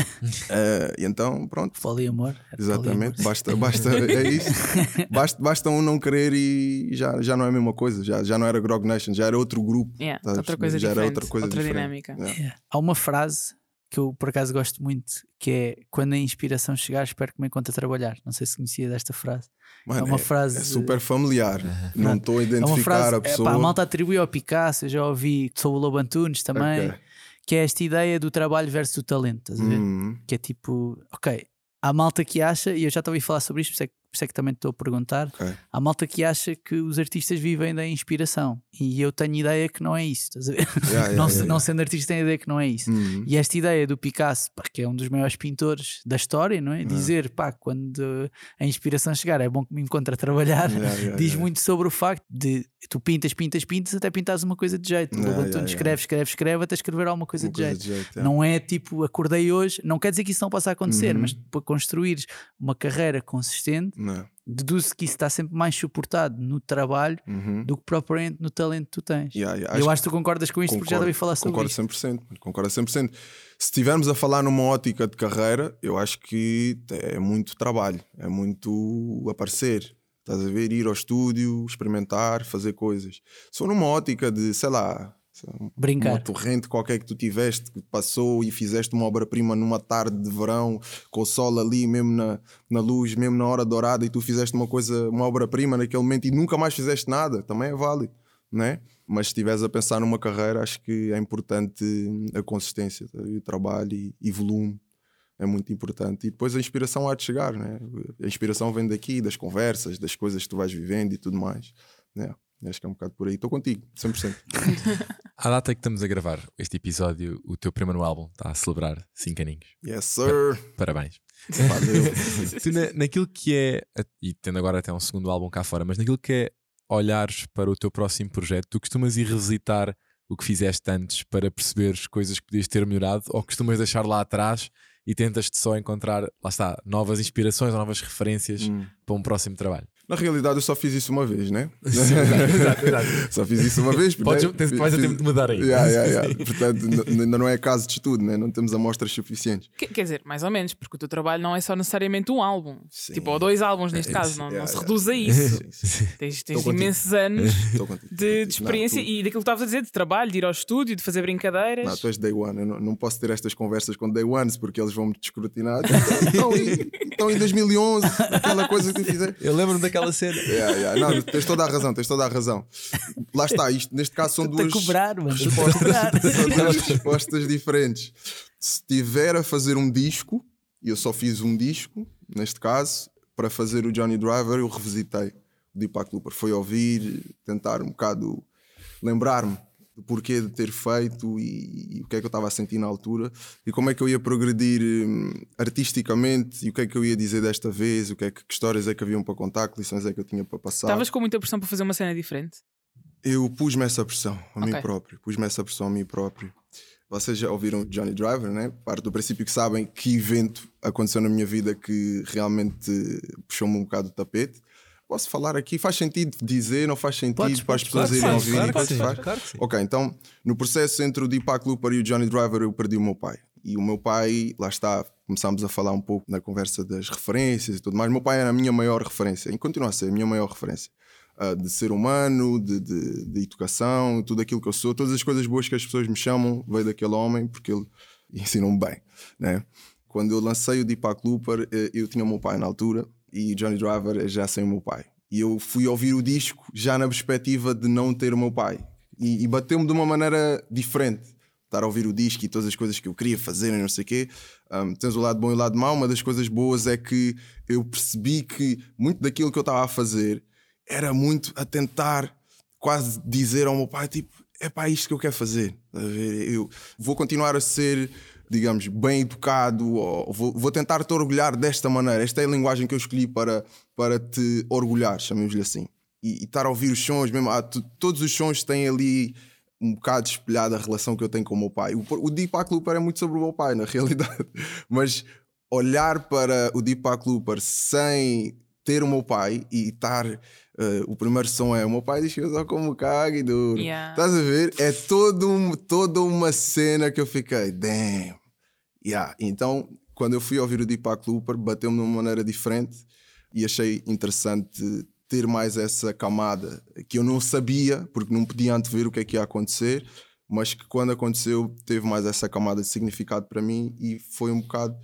E então, pronto. Poliamor. Exatamente, basta, é isso. Basta um não querer e já não é a mesma coisa. Já não era Grog Nation, já era outro grupo. Outra coisa já diferente, era outra coisa diferente. Dinâmica. Há uma frase que eu por acaso gosto muito, que é: quando a inspiração chegar, espero que me encontre a trabalhar. Não sei se conhecia desta frase. Mano, é uma frase. É super familiar. Não estou a identificar a pessoa. A malta atribui ao Picasso, eu já ouvi sobre o Lobo Antunes também. Okay. Que é esta ideia do trabalho versus o talento, estás a ver? Que é tipo, ok, há malta que acha, e eu já estava a falar sobre isto, por isso é que também estou a perguntar. Há malta que acha que os artistas vivem da inspiração, e eu tenho ideia que não é isso, estás a ver? Não sendo artista, tenho a ideia que não é isso. E esta ideia do Picasso, que é um dos maiores pintores da história, não é? Dizer, quando a inspiração chegar é bom que me encontre a trabalhar, diz muito sobre o facto de tu pintas até pintares uma coisa de jeito. Tu escreve até escrever alguma coisa de jeito. Não é tipo, acordei hoje, não quer dizer que isso não possa acontecer, mas para construires uma carreira consistente, deduzo que isso está sempre mais suportado no trabalho do que propriamente no talento que tu tens. Eu acho que tu concordas com isto, porque já devia falar sobre isso. Concordo 100%. Se estivermos a falar numa ótica de carreira, eu acho que é muito trabalho, é muito aparecer. Estás a ver? Ir ao estúdio, experimentar, fazer coisas. Se for numa ótica de, sei lá, brincar, uma torrente qualquer que tu tiveste, que passou e fizeste uma obra-prima numa tarde de verão, com o sol ali mesmo na luz, mesmo na hora dourada, e tu fizeste uma obra-prima naquele momento e nunca mais fizeste nada, também é válido, não é? Mas se estiveres a pensar numa carreira, acho que é importante a consistência, o trabalho e volume. É muito importante. E depois a inspiração há de chegar, né? A inspiração vem daqui, das conversas, das coisas que tu vais vivendo e tudo mais. Acho que é um bocado por aí. Estou contigo, 100%. À data que estamos a gravar este episódio, o teu primeiro álbum está a celebrar 5 aninhos. Yes, sir! Parabéns. Tu naquilo que é, e tendo agora até um segundo álbum cá fora, mas naquilo que é olhares para o teu próximo projeto, tu costumas ir revisitar o que fizeste antes para perceberes coisas que podias ter melhorado, ou costumas deixar lá atrás e tentas-te só encontrar, lá está, novas inspirações, novas referências para um próximo trabalho? Na realidade eu só fiz isso uma vez, né? Exato. Só fiz isso uma vez. Vais a tempo de mudar aí. Portanto, ainda não é caso de estudo, né? Não temos amostras suficientes. Quer dizer, mais ou menos, porque o teu trabalho não é só necessariamente um álbum. Sim. Tipo, ou 2 álbuns neste caso, não se reduz a isso. Sim. Tens imensos anos de experiência e daquilo que estavas a dizer, de trabalho, de ir ao estúdio, de fazer brincadeiras. Não, tu és day one. Eu não posso ter estas conversas com day ones porque eles vão me descrutinar. Estão em 2011, aquela coisa que tu fizeste. Eu lembro-me daquela cena. Não, tens toda a razão. Lá está, isto neste caso são duas respostas diferentes. Se estiver a fazer um disco, e eu só fiz um disco, neste caso, para fazer o Johnny Driver, eu revisitei o Deepak Looper. Foi ouvir, tentar um bocado lembrar-me do porquê de ter feito e o que é que eu estava a sentir na altura e como é que eu ia progredir artisticamente e o que é que eu ia dizer desta vez, que histórias é que haviam para contar, que lições é que eu tinha para passar. Estavas com muita pressão para fazer uma cena diferente? Eu pus-me essa pressão a mim próprio. Vocês já ouviram Johnny Driver, né? Parte do princípio que sabem que evento aconteceu na minha vida que realmente puxou-me um bocado o tapete. Posso falar aqui? Faz sentido dizer? Não faz sentido para as pessoas irem ouvir? Claro que sim. Ok, então no processo entre o Deepak Looper e o Johnny Driver eu perdi o meu pai. E o meu pai, lá está, começámos a falar um pouco na conversa das referências e tudo mais. O meu pai era a minha maior referência e continua a ser a minha maior referência. De ser humano, de educação, tudo aquilo que eu sou, todas as coisas boas que as pessoas me chamam veio daquele homem porque ele ensinou-me bem, né? Quando eu lancei o Deepak Looper eu tinha o meu pai na altura e Johnny Driver já sem o meu pai e eu fui ouvir o disco já na perspectiva de não ter o meu pai e bateu-me de uma maneira diferente estar a ouvir o disco e todas as coisas que eu queria fazer e não sei o quê. Tens o lado bom e o lado mau. Uma das coisas boas é que eu percebi que muito daquilo que eu estava a fazer era muito a tentar quase dizer ao meu pai, tipo, é pá, isto que eu quero fazer. Eu vou continuar a ser, digamos, bem educado, ou vou tentar te orgulhar desta maneira. Esta é a linguagem que eu escolhi para te orgulhar, chamemos-lhe assim. E estar a ouvir os sons, mesmo, todos os sons têm ali um bocado espelhado a relação que eu tenho com o meu pai. O Deepak Looper é muito sobre o meu pai, na realidade. Mas olhar para o Deepak Looper sem ter o meu pai e estar... o primeiro som é: o meu pai diz que eu só como cago e duro. Estás a ver? É toda uma cena que eu fiquei, damn. Então, quando eu fui ouvir o Deepak Looper, bateu-me de uma maneira diferente e achei interessante ter mais essa camada que eu não sabia, porque não podia antever o que é que ia acontecer, mas que quando aconteceu teve mais essa camada de significado para mim e foi um bocado...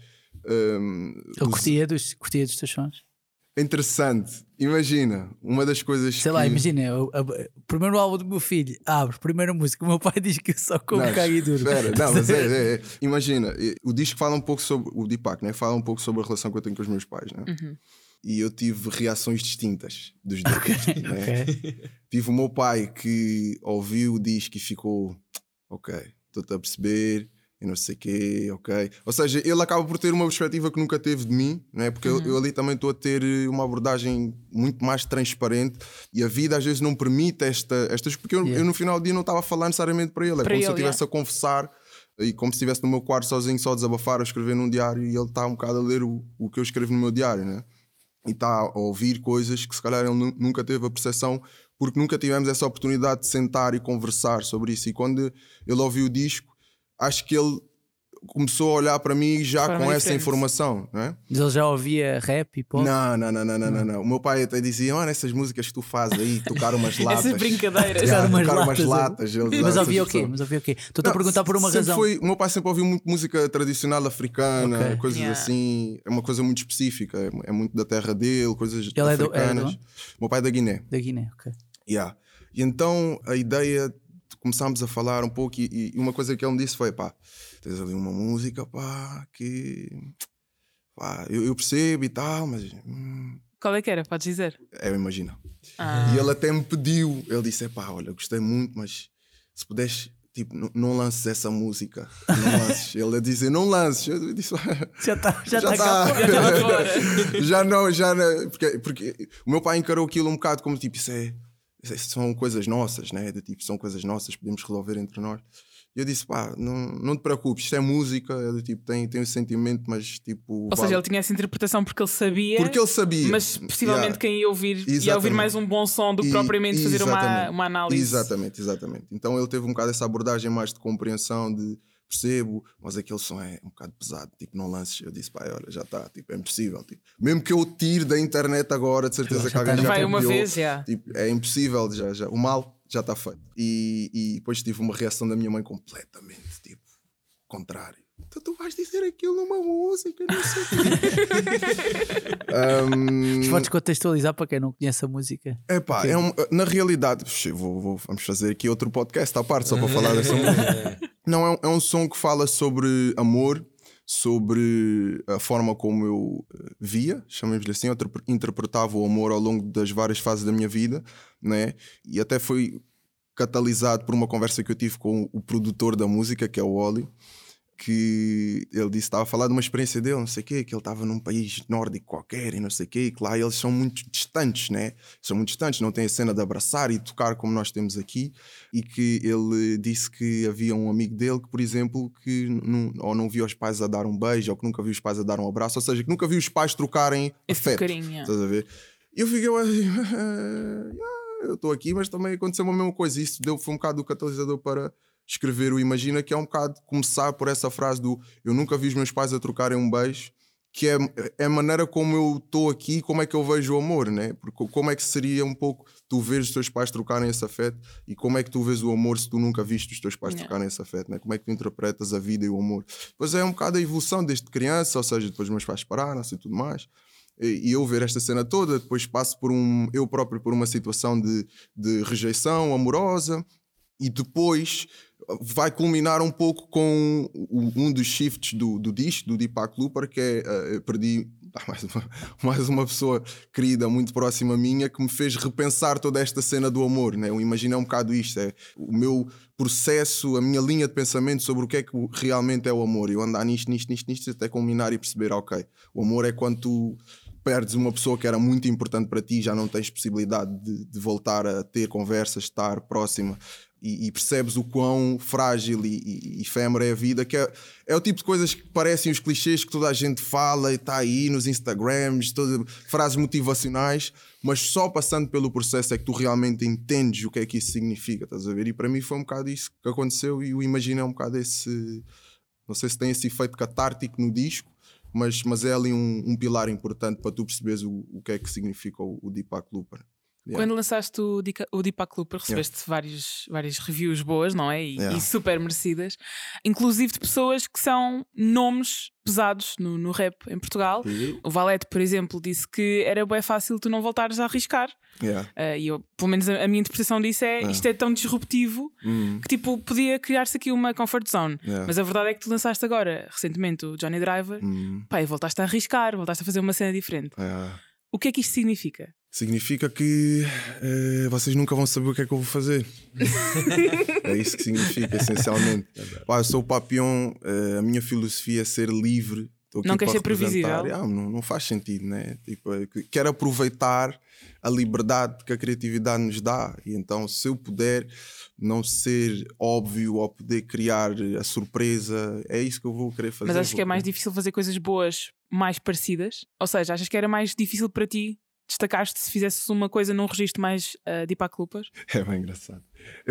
eu curtia dos teus sons. Interessante. Imagina, uma das coisas Sei lá, imagina, o primeiro álbum do meu filho abre, primeira música, o meu pai diz que eu só como cago e duro. Espera, não, mas imagina, o disco fala um pouco sobre o Deepak, né? Fala um pouco sobre a relação que eu tenho com os meus pais, né? E eu tive reações distintas dos dois. Né? Tive o meu pai que ouviu o disco e ficou, ok, estou-te a perceber, e não sei o quê, ok. Ou seja, ele acaba por ter uma perspectiva que nunca teve de mim, né? Porque eu ali também estou a ter uma abordagem muito mais transparente e a vida às vezes não permite estas. Porque eu no final do dia não estava a falar necessariamente para ele. É como se eu estivesse a confessar e como se estivesse no meu quarto sozinho, só a desabafar, a escrever num diário, e ele está um bocado a ler o que eu escrevo no meu diário, né? E está a ouvir coisas que se calhar ele nunca teve a percepção, porque nunca tivemos essa oportunidade de sentar e conversar sobre isso. E quando ele ouviu o disco, acho que ele começou a olhar para mim já com essa informação, não é? Mas ele já ouvia rap e pop? Não. O meu pai até dizia: olha, essas músicas que tu fazes aí, tocar umas latas. Essas brincadeiras. Tocar umas latas. Mas ouvia o quê? Estou-te a perguntar por uma razão. O meu pai sempre ouviu muito música tradicional africana, coisas assim. É uma coisa muito específica. É muito da terra dele, coisas africanas. O meu pai é da Guiné. Da Guiné, ok. E então a ideia... Começámos a falar um pouco e uma coisa que ele me disse foi: pá, tens ali uma música, pá, que pá, eu percebo e tal, mas... Qual é que era? Podes dizer? Eu imagino. E ele até me pediu, ele disse: pá, olha, gostei muito, mas se puderes, tipo, não lances essa música. Não lances. Ele a dizer: não lances. Eu disse: já está já não. Porque o meu pai encarou aquilo um bocado como tipo, são coisas nossas, né? De tipo, são coisas nossas, podemos resolver entre nós. E eu disse: pá, não te preocupes, isto é música, é tipo, tem um sentimento, mas tipo... Ou seja, ele tinha essa interpretação porque ele sabia. Mas possivelmente quem ia ouvir mais um bom som do que propriamente fazer uma análise. Exatamente. Então ele teve um bocado essa abordagem mais de compreensão, de percebo, mas aquele som é um bocado pesado, tipo, não lances. Eu disse: pá, olha, já está, tipo, é impossível, tipo, mesmo que eu tire da internet agora, de certeza que alguém já vai copiou, uma vez, tipo, é impossível, já, o mal já está feito. E depois tive uma reação da minha mãe completamente, tipo, contrário. Então tu vais dizer aquilo numa música, não sei o quê. Podes contextualizar para quem não conhece a música? Epá, na realidade, vamos fazer aqui outro podcast à parte só para falar dessa música. Não, é um som que fala sobre amor, sobre a forma como eu via, chamemos-lhe assim, eu interpretava o amor ao longo das várias fases da minha vida, né? E até foi catalisado por uma conversa que eu tive com o produtor da música, que é o Oli, que ele disse, estava a falar de uma experiência dele, não sei o quê, que ele estava num país nórdico qualquer e não sei o quê, que lá eles são muito distantes, né? São muito distantes, não tem a cena de abraçar e tocar como nós temos aqui, e que ele disse que havia um amigo dele que, por exemplo, que ou não via os pais a dar um beijo, ou que nunca viu os pais a dar um abraço, ou seja, que nunca viu os pais trocarem afeto. Carinho. Estás a ver? E eu fiquei assim, eu estou aqui, mas também aconteceu a mesma coisa. Isso foi um bocado o catalisador para escrever o Imagina, que é um bocado começar por essa frase do eu nunca vi os meus pais a trocarem um beijo, que é a maneira como eu estou aqui, como é que eu vejo o amor, né? Porque como é que seria um pouco tu veres os teus pais trocarem esse afeto, e como é que tu vês o amor se tu nunca viste os teus pais trocarem esse afeto, né? Como é que tu interpretas a vida e o amor? Pois é um bocado a evolução desde criança, ou seja, depois meus pais pararam-se e tudo mais. E eu ver esta cena toda, depois passo eu próprio por uma situação de rejeição amorosa, e depois vai culminar um pouco com um dos shifts do disco, do Deepak Looper, que é perdi mais uma pessoa querida, muito próxima minha, que me fez repensar toda esta cena do amor, né? Eu imagino um bocado isto, é o meu processo, a minha linha de pensamento sobre o que é que realmente é o amor, e eu andar nisto, até culminar e perceber, ok, o amor é quando tu perdes uma pessoa que era muito importante para ti, já não tens possibilidade de voltar a ter conversas, estar próxima. e percebes o quão frágil e efêmera é a vida, que é o tipo de coisas que parecem os clichês que toda a gente fala e está aí nos Instagrams, frases motivacionais, mas só passando pelo processo é que tu realmente entendes o que é que isso significa, estás a ver? E para mim foi um bocado isso que aconteceu, e o Imagina é um bocado esse, não sei se tem esse efeito catártico no disco, mas é ali um pilar importante para tu perceberes o que é que significa o Deepak Looper. Quando lançaste o Deepak Looper, recebeste várias reviews boas, não é? E super merecidas, inclusive de pessoas que são nomes pesados no rap em Portugal. O Valete, por exemplo, disse que era bem fácil tu não voltares a arriscar. E eu, pelo menos a minha interpretação disso é isto é tão disruptivo que tipo podia criar-se aqui uma comfort zone. Mas a verdade é que tu lançaste agora recentemente o Johnny Driver, e voltaste a arriscar, voltaste a fazer uma cena diferente. O que é que isto significa? Significa que vocês nunca vão saber o que é que eu vou fazer. É isso que significa, essencialmente. Eu sou o Papillon, a minha filosofia é ser livre. Não quer ser previsível? Não faz sentido, né? Tipo, quero aproveitar a liberdade que a criatividade nos dá. E então, se eu puder não ser óbvio ou poder criar a surpresa, é isso que eu vou querer fazer. Mas achas que é mais difícil fazer coisas boas mais parecidas? Ou seja, achas que era mais difícil para ti destacar-te se fizesses uma coisa num registro mais Deepak Looper? É bem engraçado.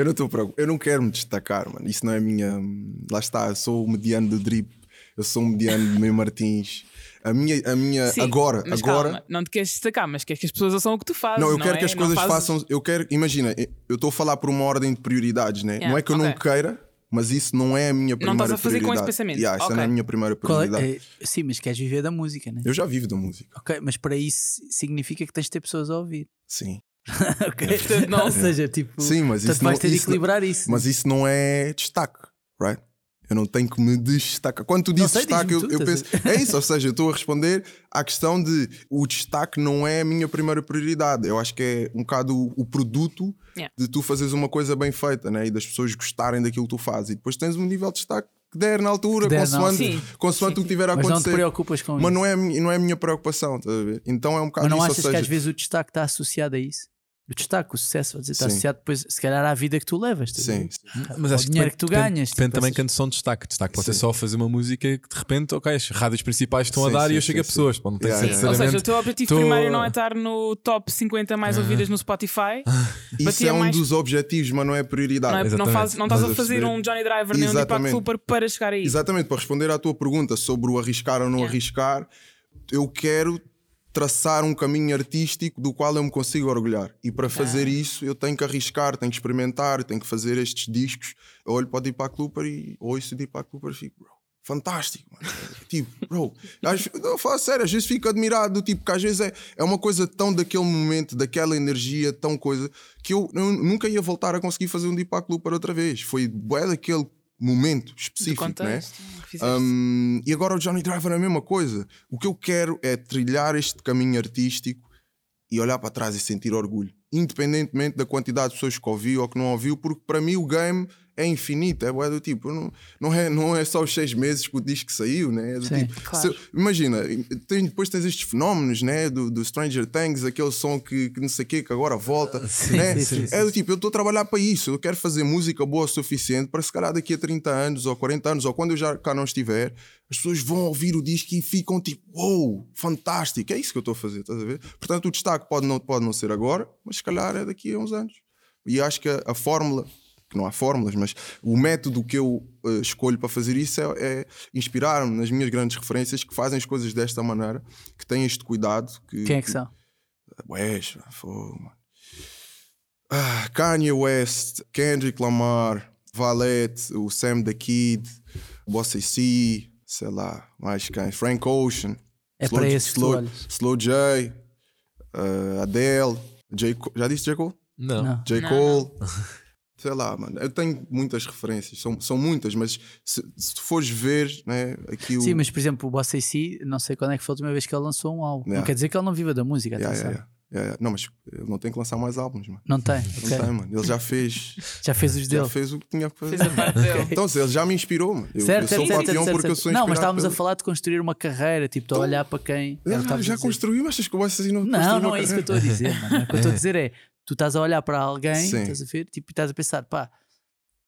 Eu não quero me destacar, mano. Isso não é a minha. Lá está, eu sou o mediano do drip, eu sou o mediano do meu Martins. A minha Sim, agora. Calma, não te queres destacar, mas queres que as pessoas ouçam o que tu fazes. Não, eu quero que as coisas façam. Eu quero, imagina, eu estou a falar por uma ordem de prioridades, né? Não é que eu não queira, mas isso não é a minha primeira prioridade. Não estás a fazer com esse pensamento. Isso não é a minha primeira prioridade. Sim, mas queres viver da música, né? Eu já vivo da música. Ok, mas para isso significa que tens de ter pessoas a ouvir. Sim. Portanto, não, ou seja, tipo, sim, mas isso vais ter de equilibrar isso. Mas isso não é destaque, right? Eu não tenho que me destacar. Quando tu dizes destaque, eu penso. É isso, ou seja, eu estou a responder à questão de o destaque não é a minha primeira prioridade. Eu acho que é um bocado o produto de tu fazeres uma coisa bem feita, né? E das pessoas gostarem daquilo que tu fazes. E depois tens um nível de destaque que der na altura, consoante o que tiver a acontecer. Mas não te preocupas com isso. Mas não é a minha preocupação, estás a ver? Então é um bocado. Mas não isso, achas que às vezes o destaque está associado a isso? O destaque, o sucesso, vou dizer, está associado depois, se calhar, à vida que tu levas. Sim. Mas acho o dinheiro que tu ganhas. Depende também quando são destaque. Destaque pode ser só fazer uma música que de repente, as rádios principais estão a dar e eu chego a pessoas. Não tem Ou seja, o teu objetivo primário não é estar no top 50 mais ouvidas no Spotify. Isso é um dos objetivos, mas não é prioridade. Não estás a fazer um Johnny Driver nem um Deepak Looper para chegar aí. Exatamente, para responder à tua pergunta sobre o arriscar ou não arriscar, eu quero traçar um caminho artístico do qual eu me consigo orgulhar, e para fazer isso eu tenho que arriscar, tenho que experimentar, tenho que fazer estes discos. Eu olho para o Deepak Looper e ouço o Deepak Looper e fico, bro, fantástico, mano. Tipo, bro, eu falo sério, às vezes fico admirado, tipo, que às vezes é uma coisa tão daquele momento, daquela energia, tão coisa, que eu nunca ia voltar a conseguir fazer um Deepak Looper outra vez. Foi bué daquele momento específico, né? E agora o Johnny Driver é a mesma coisa. O que eu quero é trilhar este caminho artístico e olhar para trás e sentir orgulho, independentemente da quantidade de pessoas que ouviu ou que não ouviu, porque para mim o game é infinito, é do tipo, não é só os 6 meses que o disco saiu, né? É do tipo, claro. Imagina, depois tens estes fenómenos, né? Do Stranger Things, aquele som que não sei o que agora volta, né? Sim. É do tipo, eu estou a trabalhar para isso, eu quero fazer música boa o suficiente para se calhar daqui a 30 anos ou 40 anos ou quando eu já cá não estiver, as pessoas vão ouvir o disco e ficam tipo, uou, fantástico, é isso que eu estou a fazer, estás a ver? Portanto, o destaque pode não ser agora, mas se calhar é daqui a uns anos. E acho que a fórmula, que não há fórmulas, mas o método que eu escolho para fazer isso é inspirar-me nas minhas grandes referências que fazem as coisas desta maneira, que têm este cuidado. Quem é que são? Kanye West, Kendrick Lamar, Valete, o Sam the Kid, Bossa C, sei lá, mais quem? Frank Ocean, para esses Slow J, Adele, já disse J. Cole? Não. J. Cole. Sei lá, mano, eu tenho muitas referências, são muitas, mas se tu fores ver, né, aqui o... Sim, mas por exemplo, o Bossa C, não sei quando é que foi a última vez que ele lançou um álbum. Não quer dizer que ele não viva da música, atenção. Não, mas ele não tem que lançar mais álbuns, mano. Não tem? Não tem, mano. Ele já fez. Já fez os dele. Já fez o que tinha que fazer. Fez a parte dele. Então, ele já me inspirou, mano. Eu sou Papillon porque eu sou inspirado. Não, mas estávamos a falar de construir uma carreira, tipo, a olhar para quem. Já construiu, achas que o Bossa C não Não é isso que eu estou a dizer, mano. O que eu estou a dizer é, tu estás a olhar para alguém, estás a ver, tipo, e estás a pensar, pá,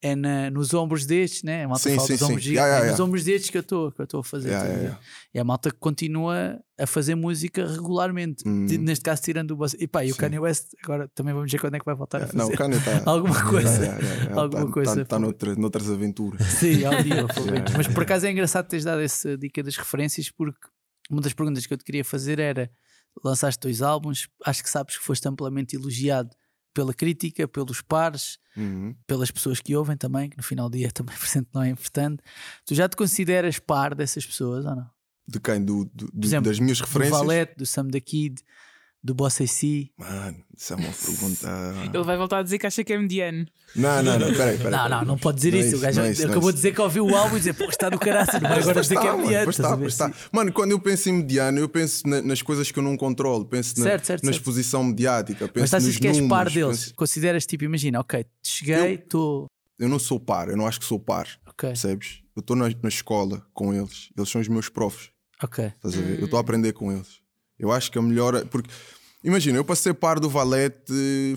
nos ombros destes, né? A malta fala dos ombros gigantes, nos ombros destes que eu estou a fazer. E a malta continua a fazer música regularmente. Neste caso, tirando o boss. E o Kanye West, agora também vamos ver quando é que vai voltar a fazer. Não, o Kanye está. Alguma coisa. Alguma coisa. Está noutras aventuras. Sim, ao dia, mas por acaso é engraçado teres dado essa dica das referências, porque uma das perguntas que eu te queria fazer era: lançaste 2 álbuns, acho que sabes que foste amplamente elogiado pela crítica, pelos pares, pelas pessoas que ouvem também, que no final do dia também presente não é importante. Tu já te consideras par dessas pessoas ou não? De quem? Exemplo, das minhas referências? Do Valete, do Sam da Kid, do Boss AC. Mano, isso é uma pergunta. Ele vai voltar a dizer que acha que é mediano. Não, peraí. Não pode dizer isso. O gajo acabou de dizer que ouviu o álbum e dizer, pô, está do caraças, não vai agora dizer que é mediano. Está. Mano, quando eu penso em mediano, eu penso nas coisas que eu não controlo, penso na exposição mediática, penso mas nos que és números, par deles? Consideras tipo, imagina, ok, cheguei, estou. Eu não sou par, eu não acho que sou par. Percebes? Eu estou na escola com eles, eles são os meus profs. Estás a ver? Eu estou a aprender com eles. Eu acho que a melhor. Porque, imagina, eu para ser par do Valete,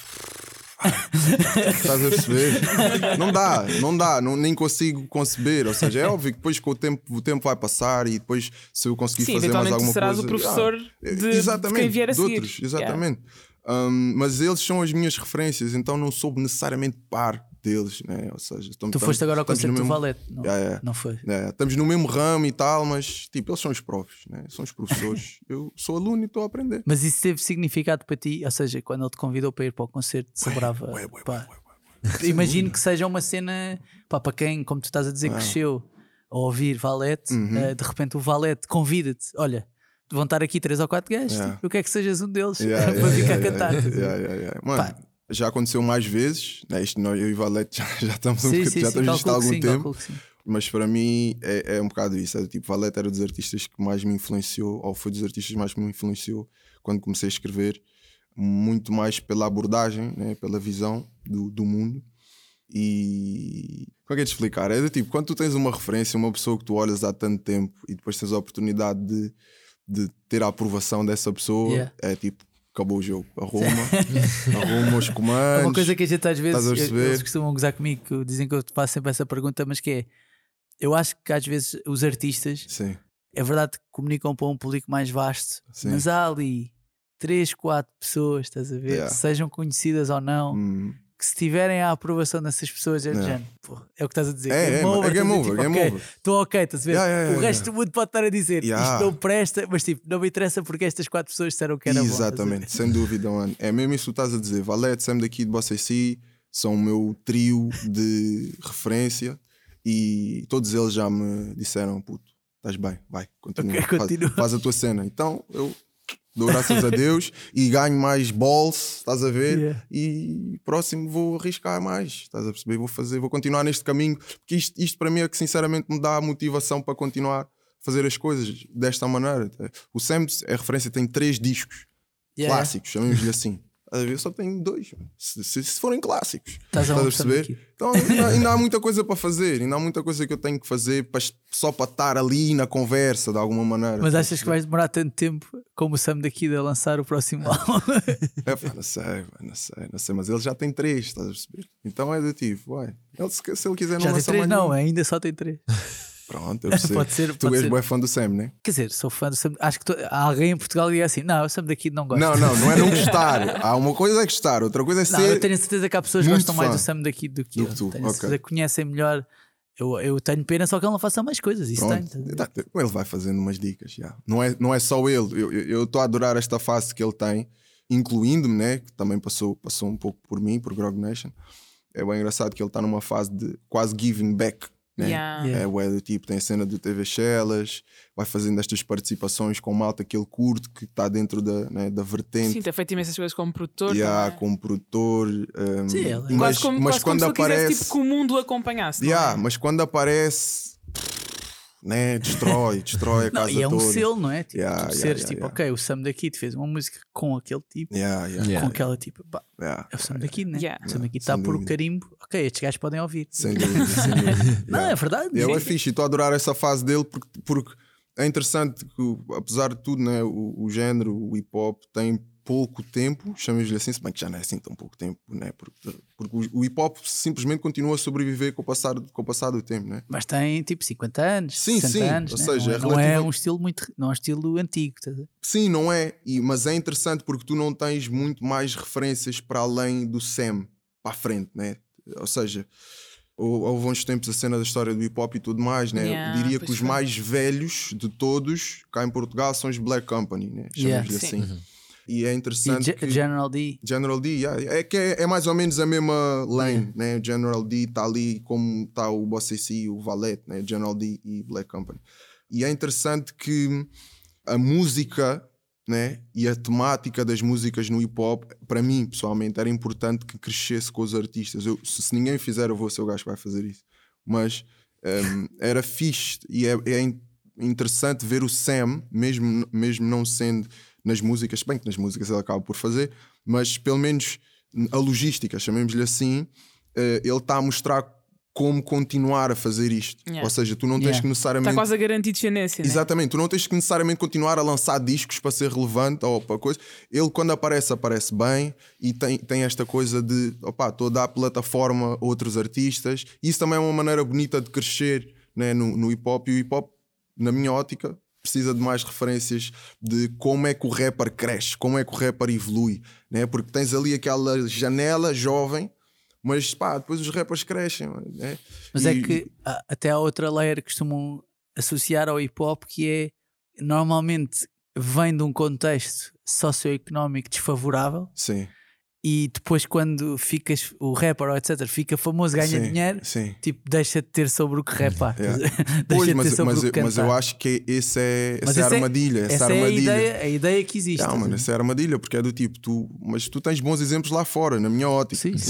estás a perceber? Não dá, nem consigo conceber. Ou seja, é óbvio que depois com o tempo vai passar e depois se eu conseguir fazer mais alguma serás coisa. o professor de quem vier a seguir. Outros, exatamente. Mas eles são as minhas referências, então não sou necessariamente par deles, né? Ou seja, tu foste agora ao concerto do Valete, não foi? Estamos no mesmo ramo e tal, mas tipo, eles são os profs, né? São os professores. Eu sou aluno e estou a aprender. Mas isso teve significado para ti? Ou seja, quando ele te convidou para ir para o concerto, sobrava. Imagino que seja uma cena para quem, como tu estás a dizer, cresceu a ouvir Valete, de repente o Valete convida-te, olha. Vão estar aqui 3 ou 4 gajos, eu quero que sejas um deles para ficar a cantar. Mano, já aconteceu mais vezes, né? Isto eu e o Valete já estamos há algum tempo, mas para mim é um bocado isso. Tipo, Valete era dos artistas que mais me influenciou, ou foi dos artistas que mais me influenciou quando comecei a escrever, muito mais pela abordagem, né? Pela visão do mundo. E como é que é de explicar? É do tipo, quando tu tens uma referência, uma pessoa que tu olhas há tanto tempo e depois tens a oportunidade de ter a aprovação dessa pessoa, é tipo, acabou o jogo, arruma os comandos. É uma coisa que a gente às vezes eles costumam gozar comigo, que dizem que eu faço sempre essa pergunta, mas que é, eu acho que às vezes os artistas é verdade que comunicam para um público mais vasto, mas há ali 3, 4 pessoas, estás a ver, sejam conhecidas ou não, que se tiverem a aprovação dessas pessoas é o que estás a dizer, game over. Estou ok, estás a ver? O resto do mundo pode estar a dizer isto não presta, mas tipo, não me interessa porque estas 4 pessoas disseram que era bom. Exatamente, sem dúvida, mano. É mesmo isso que tu estás a dizer. Valete, Sam da Kid, Boss AC são o meu trio de referência e todos eles já me disseram, puto, estás bem, vai, continua. Faz a tua cena. Então eu dou graças a Deus e ganho mais balls, estás a ver? E próximo vou arriscar mais, estás a perceber? Vou continuar neste caminho, porque isto para mim é que sinceramente me dá a motivação para continuar a fazer as coisas desta maneira. O Sam é referência, tem 3 discos clássicos, chamemos-lhe assim. Eu só tenho 2, se forem clássicos. Estás a perceber? Então ainda há muita coisa para fazer, ainda há muita coisa que eu tenho que fazer só para estar ali na conversa de alguma maneira. Mas achas que vais demorar tanto tempo como o Sam da Kid a lançar o próximo álbum? Não sei, mas ele já tem 3, estás a perceber? Então é do tipo, se ele quiser não já lançar tem 3, mais não, nenhum. ainda só tem 3. Pronto, eu percebo. Tu és bué fã do Sam, né? Quer dizer, sou fã do Sam. Acho que alguém em Portugal diria assim: não, o Sam daqui não gosta. Não é não gostar. Há uma coisa é gostar, outra coisa é ser. Eu tenho a certeza que há pessoas que gostam mais do Sam daqui do que eu. Tu. Tenho a certeza que conhecem melhor. Eu tenho pena só que ele não faça mais coisas. Isso ele vai fazendo umas dicas. Não é só ele. Eu estou a adorar esta fase que ele tem, incluindo-me, né? Que também passou um pouco por mim, por Grog Nation. É bem engraçado que ele está numa fase de quase giving back. Né? É o tipo, tem a cena do TV Shellas, vai fazendo estas participações com malta que ele curte, que está dentro da vertente. Sim, tem feito imensas coisas como produtor. Como produtor. Sim, quase quando aparece, tipo, que o mundo o acompanhasse. Mas quando aparece, né, destrói a casa e é toda. Um selo, não é? Tipo, seres tipo, ok, o Sam da Kid fez uma música com aquele tipo, com aquela tipo, é o Sam da Kid, né? O Sam da Kid está por o carimbo, ok, estes gajos podem ouvir. Sem dúvida. Não, é verdade. É fixe, e estou a adorar essa fase dele porque é interessante que, apesar de tudo, né, o género, o hip hop, tem pouco tempo, chamemos-lhe assim, se bem que já não é assim tão pouco tempo, né? Porque o hip hop simplesmente continua a sobreviver com o passar do tempo, né? Mas tem tipo 50 anos, sim, 60 anos, ou né? seja, não é um estilo não é um estilo antigo, tá? Sim, não é, mas é interessante porque tu não tens muito mais referências para além do Sam para a frente, né? Ou seja, houve uns tempos a cena da história do hip hop e tudo mais, né? Eu diria que os mais velhos de todos cá em Portugal são os Black Company, né? Chamamos-lhe assim. E é interessante. E General D. General D, é que é mais ou menos a mesma lane, né? O General D está ali como está o Boss AC, o Valete, né? General D e Black Company. E é interessante que a música, né? E a temática das músicas no hip hop, para mim pessoalmente, era importante que crescesse com os artistas. Se ninguém fizer, eu vou ser o gajo que vai fazer isso. Mas era fixe e é interessante ver o Sam, mesmo não sendo nas músicas, bem que nas músicas ele acaba por fazer, mas pelo menos a logística, chamemos-lhe assim, ele está a mostrar como continuar a fazer isto. Ou seja, tu não tens que necessariamente... Está quase a garantir descendência, né? Exatamente, tu não tens que necessariamente continuar a lançar discos para ser relevante ou para coisa. Ele quando aparece bem e tem esta coisa de estou a dar plataforma a outros artistas. E isso também é uma maneira bonita de crescer, né, no hip hop. E o hip hop, na minha ótica, precisa de mais referências de como é que o rapper cresce, como é que o rapper evolui, né? Porque tens ali aquela janela jovem, mas depois os rappers crescem, né? Mas é que até há outra layer que costumam associar ao hip hop, que é normalmente vem de um contexto socioeconómico desfavorável. Sim. E depois quando ficas o rapper ou etc fica famoso, ganha dinheiro, tipo deixa de ter sobre o que rapar. Pois, mas eu acho que essa é a armadilha. Essa é a ideia que existe. Não, mano, essa é a armadilha, porque é do tipo mas tu tens bons exemplos lá fora, na minha ótica. Sim.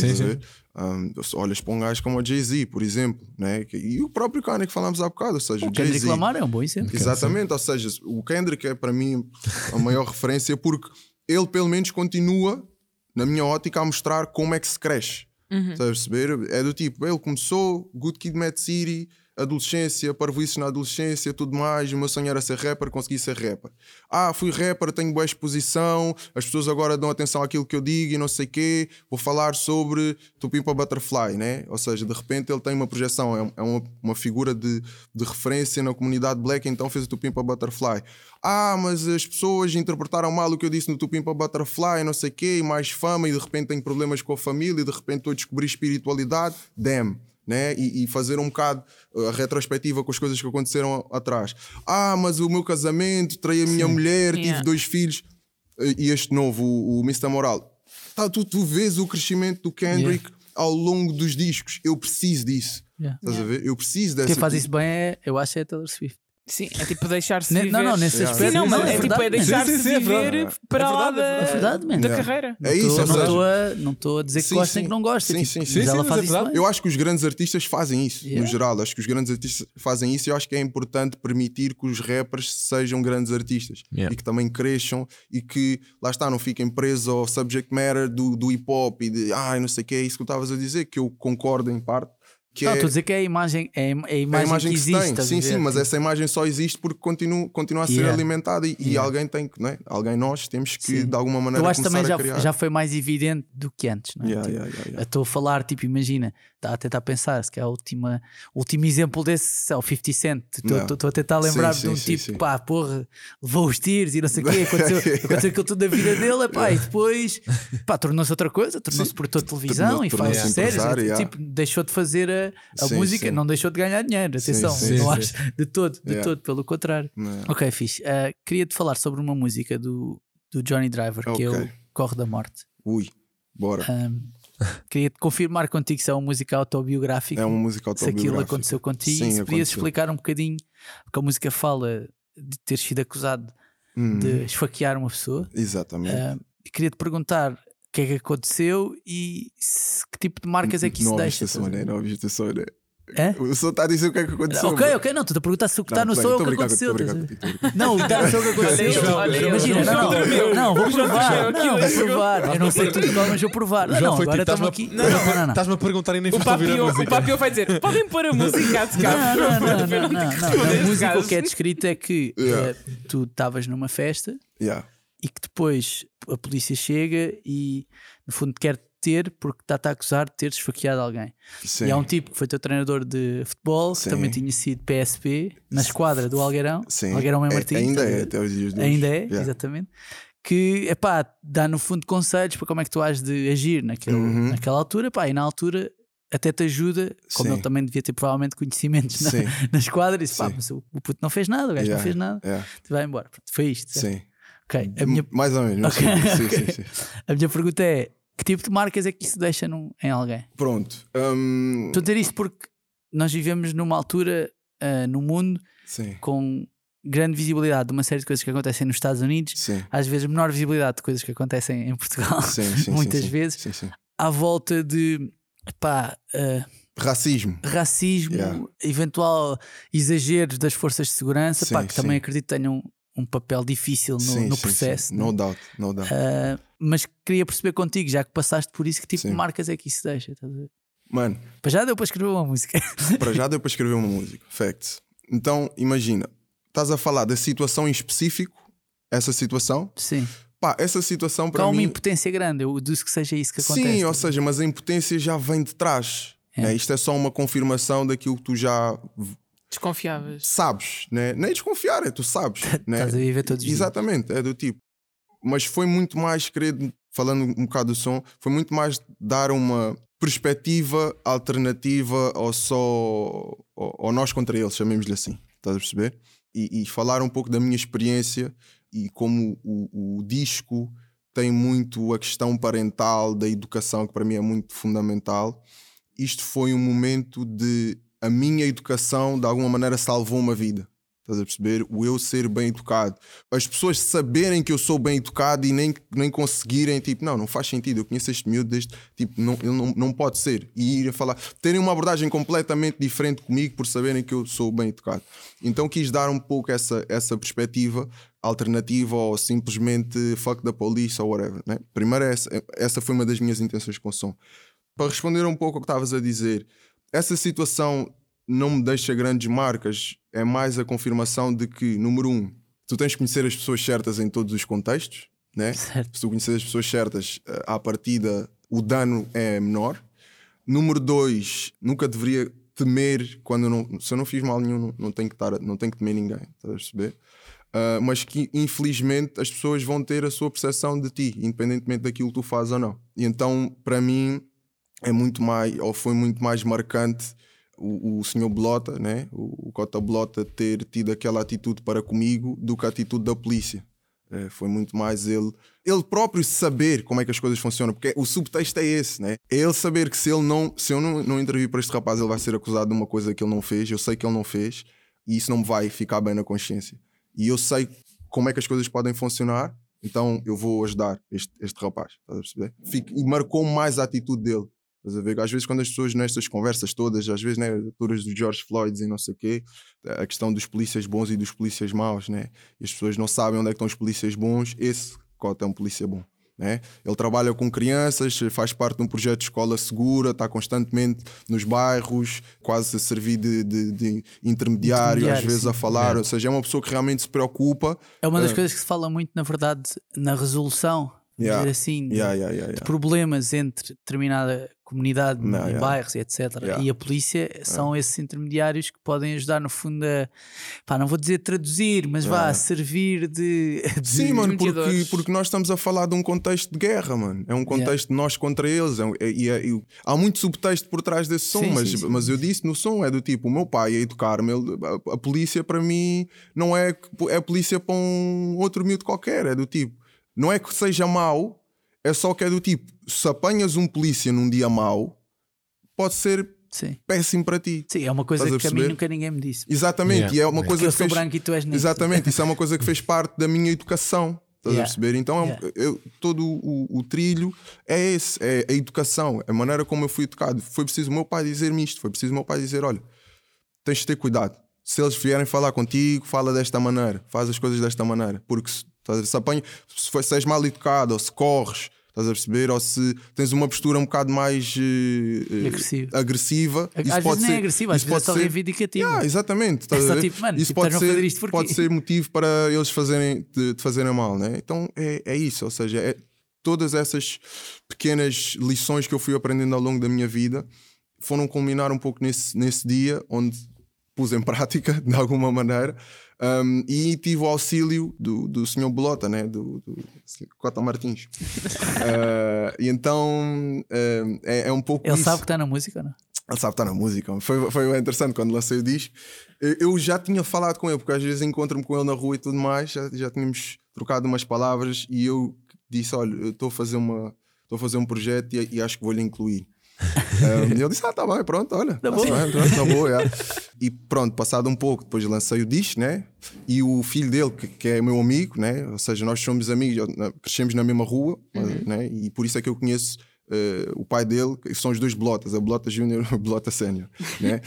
Olhas para um gajo como o Jay-Z, por exemplo, né? E o próprio Kanye que falámos há bocado, ou seja, o Kendrick Lamar é um bom exemplo. Exatamente, ou seja, o Kendrick é para mim a maior referência, porque ele pelo menos continua, na minha ótica, a mostrar como é que se cresce. Estás a perceber? É do tipo, ele começou, Good Kid, Mad City, adolescência, parvoíces na adolescência, tudo mais. O meu sonho era ser rapper, consegui ser rapper. Fui rapper, tenho boa exposição, as pessoas agora dão atenção àquilo que eu digo e não sei o quê. Vou falar sobre To Pimp a Butterfly, né? Ou seja, de repente ele tem uma projeção, é uma figura de referência na comunidade black, então fez o To Pimp a Butterfly. Mas as pessoas interpretaram mal o que eu disse no To Pimp a Butterfly, não sei o quê, e mais fama, e de repente tenho problemas com a família, e de repente estou a descobrir espiritualidade. Damn. Né? E fazer um bocado a retrospectiva com as coisas que aconteceram atrás. Mas o meu casamento, traí a minha mulher, tive 2 filhos. E este novo, o Mr. Moral, tu vês o crescimento do Kendrick ao longo dos discos. Eu preciso disso. Estás a ver? Eu preciso dessa. Quem faz isso bem é a Taylor Swift. Sim, é tipo deixar-se viver. Não, nesse aspecto. Sim, mas é tipo deixar-se viver para lá da carreira. É isso. Não estou a dizer que gostem que não gostem. Mas ela faz isso bem. Eu acho que os grandes artistas fazem isso, no geral. Acho que os grandes artistas fazem isso e eu acho que é importante permitir que os rappers sejam grandes artistas e que também cresçam e que, lá está, não fiquem presos ao subject matter do hip hop e de não sei o que é isso que tu estavas a dizer, que eu concordo em parte. Estou a dizer que é a imagem, que existe. Sim, mas essa imagem só existe porque continua a ser alimentada e alguém tem que, né? nós temos que de alguma maneira eu acho começar também a criar. Já foi mais evidente do que antes, não é? Estou a falar, tipo, imagina, está a tentar pensar se que é o último exemplo desse é o 50 Cent. Estou a tentar lembrar de um tipo, levou os tiros e não sei o quê, aconteceu aquilo tudo da vida dele, e depois tornou-se outra coisa, tornou-se produtor de televisão e faz séries, tipo, deixou de fazer a música, não deixou de ganhar dinheiro, atenção, não acho de todo, pelo contrário. Ok, fixe. Queria-te falar sobre uma música do Johnny Driver, que é o Corre da Morte. Bora. Queria-te confirmar contigo se é uma música autobiográfica. É uma música autobiográfica. Se aquilo aconteceu contigo, se podias explicar um bocadinho, porque a música fala de ter sido acusado de esfaquear uma pessoa. Exatamente. Queria-te perguntar o que é que aconteceu e que tipo de marcas é que isso deixa. Não ouviste a Sónia. O som está a dizer o que é que aconteceu. Ok, não, estou a perguntar se o que está no som é o que aconteceu. Não, o que está no som é o que aconteceu. Imagina, não, vou provar. Eu não sei tudo igual, mas vou provar. Não, agora estamos aqui. Estás-me a perguntar e nem foste ouvir a música. O Papio vai dizer: podem pôr a música a tocar. Não. A música que é descrita é que tu estavas numa festa e que depois a polícia chega e no fundo quer ter porque está-te a acusar de ter esfaqueado alguém. Sim. E há um tipo que foi teu treinador de futebol, que também tinha sido PSP na esquadra do Algueirão. Sim. Algueirão é Martins. Ainda é, até os dias de hoje. Ainda é, exatamente. Que dá no fundo conselhos para como é que tu has de agir naquela altura, e na altura até te ajuda, como ele também devia ter provavelmente conhecimentos na esquadra, e disse, mas o puto não fez nada, o gajo não fez nada, tu vai embora. Pronto, foi isto. Certo? Sim. Okay. Mais ou menos. Okay. Sim. A minha pergunta é: que tipo de marcas é que isso deixa em alguém? Pronto. Estou a dizer isto porque nós vivemos numa altura no mundo com grande visibilidade de uma série de coisas que acontecem nos Estados Unidos, às vezes menor visibilidade de coisas que acontecem em Portugal, muitas vezes, à volta de racismo, eventual exageros das forças de segurança, que também acredito que tenham um papel difícil no processo. No doubt. Mas queria perceber contigo, já que passaste por isso, que tipo de marcas é que isso deixa? Estás a ver? Mano, para já deu para escrever uma música. Facts. Então imagina, estás a falar da situação em específico, essa situação? Sim. Essa situação para mim... Há uma impotência grande, eu deduzo que seja isso que acontece. Sim, ou seja, mas a impotência já vem de trás. Né? Isto é só uma confirmação daquilo que tu já... Desconfiavas. Sabes, né? Nem desconfiar, tu sabes. Né? Estás a viver todos os dias. Exatamente, é do tipo. Mas foi muito mais, falando um bocado do som, foi muito mais dar uma perspectiva alternativa ao nós contra eles, chamemos-lhe assim. Estás a perceber? E falar um pouco da minha experiência e como o disco tem muito a questão parental, da educação, que para mim é muito fundamental. Isto foi um momento de... A minha educação de alguma maneira salvou uma vida. Estás a perceber? O eu ser bem educado. As pessoas saberem que eu sou bem educado e nem conseguirem, tipo, não faz sentido, eu conheço este miúdo deste, tipo, ele não pode ser. E ir a falar, terem uma abordagem completamente diferente comigo por saberem que eu sou bem educado. Então quis dar um pouco essa perspectiva alternativa ou simplesmente fuck the police ou whatever, né? Primeiro essa foi uma das minhas intenções com o som. Para responder um pouco ao que estavas a dizer, essa situação não me deixa grandes marcas, é mais a confirmação de que, número 1, tu tens de conhecer as pessoas certas em todos os contextos, né? Se tu conheces as pessoas certas, à partida o dano é menor. Número 2, nunca deveria temer se eu não fiz mal nenhum, não tenho que temer ninguém, estás a perceber? Mas que infelizmente as pessoas vão ter a sua percepção de ti, independentemente daquilo que tu fazes ou não. E então, para mim, foi muito mais marcante o Sr. Blota, né? O Cota Blota ter tido aquela atitude para comigo do que a atitude da polícia. Foi muito mais ele próprio saber como é que as coisas funcionam, porque o subtexto é esse, né? É ele saber que se eu não intervir para este rapaz, ele vai ser acusado de uma coisa que ele não fez. Eu sei que ele não fez e isso não me vai ficar bem na consciência. E eu sei como é que as coisas podem funcionar, então eu vou ajudar este rapaz, estás a perceber? E marcou mais a atitude dele. Estás a ver? Às vezes quando as pessoas nestas conversas todas, às vezes, né, alturas do George Floyd e não sei o quê, a questão dos polícias bons e dos polícias maus, né? E as pessoas não sabem onde é que estão os polícias bons. Esse Cota é um polícia bom, né? Ele trabalha com crianças, faz parte de um projeto de escola segura, está constantemente nos bairros, quase a servir de intermediário, às vezes a falar, ou seja, é uma pessoa que realmente se preocupa. É uma das coisas que se fala muito, na verdade, na resolução, dizer assim, de problemas entre determinada comunidade, em bairros e etc. E a polícia são esses intermediários que podem ajudar, no fundo, não vou dizer traduzir, mas a servir de sim, mano, porque nós estamos a falar de um contexto de guerra, mano. É um contexto de nós contra eles. Há muito subtexto por trás desse som, mas eu disse no som, é do tipo, o meu pai a educar-me, a polícia para mim não é polícia para um outro miúdo qualquer, é do tipo, não é que seja mau, é só que é do tipo, se apanhas um polícia num dia mau, pode ser péssimo para ti. Sim, é uma coisa que a mim nunca ninguém me disse. Exatamente, e é uma coisa que eu sou branco e tu és negro. Exatamente, isso é uma coisa que fez parte da minha educação. Estás a perceber? Então todo o trilho é esse, é a educação, a maneira como eu fui educado. Foi preciso o meu pai dizer-me isto, foi preciso o meu pai dizer, olha, tens de ter cuidado. Se eles vierem falar contigo, fala desta maneira, faz as coisas desta maneira, porque se és mal educado ou se corres, estás a perceber? Ou se tens uma postura um bocado mais agressiva. Às vezes nem é agressiva, às vezes é só reivindicativa. Exatamente. É só tipo, mano, isso pode ser motivo para eles te fazerem mal, né? Então é isso, ou seja, todas essas pequenas lições que eu fui aprendendo ao longo da minha vida foram culminar um pouco nesse dia onde pus em prática de alguma maneira. E tive o auxílio do Sr. Bolota, né? do Cota Martins. E então é um pouco ele isso. sabe que está na música ou não? Ele sabe que está na música. Foi interessante quando lancei o disco. Eu já tinha falado com ele, porque às vezes encontro-me com ele na rua e tudo mais. Já tínhamos trocado umas palavras e eu disse: olha, eu estou a fazer um projeto e acho que vou-lhe incluir. E eu disse: tá bem, pronto, olha, tá boa, yeah. E pronto, passado um pouco, depois lancei o disco, né? E o filho dele, que é meu amigo, né? Ou seja, nós somos amigos, crescemos na mesma rua, né? E por isso é que eu conheço o pai dele, que são os dois Bolotas, a Bolota Júnior e a Bolota Sénior, né?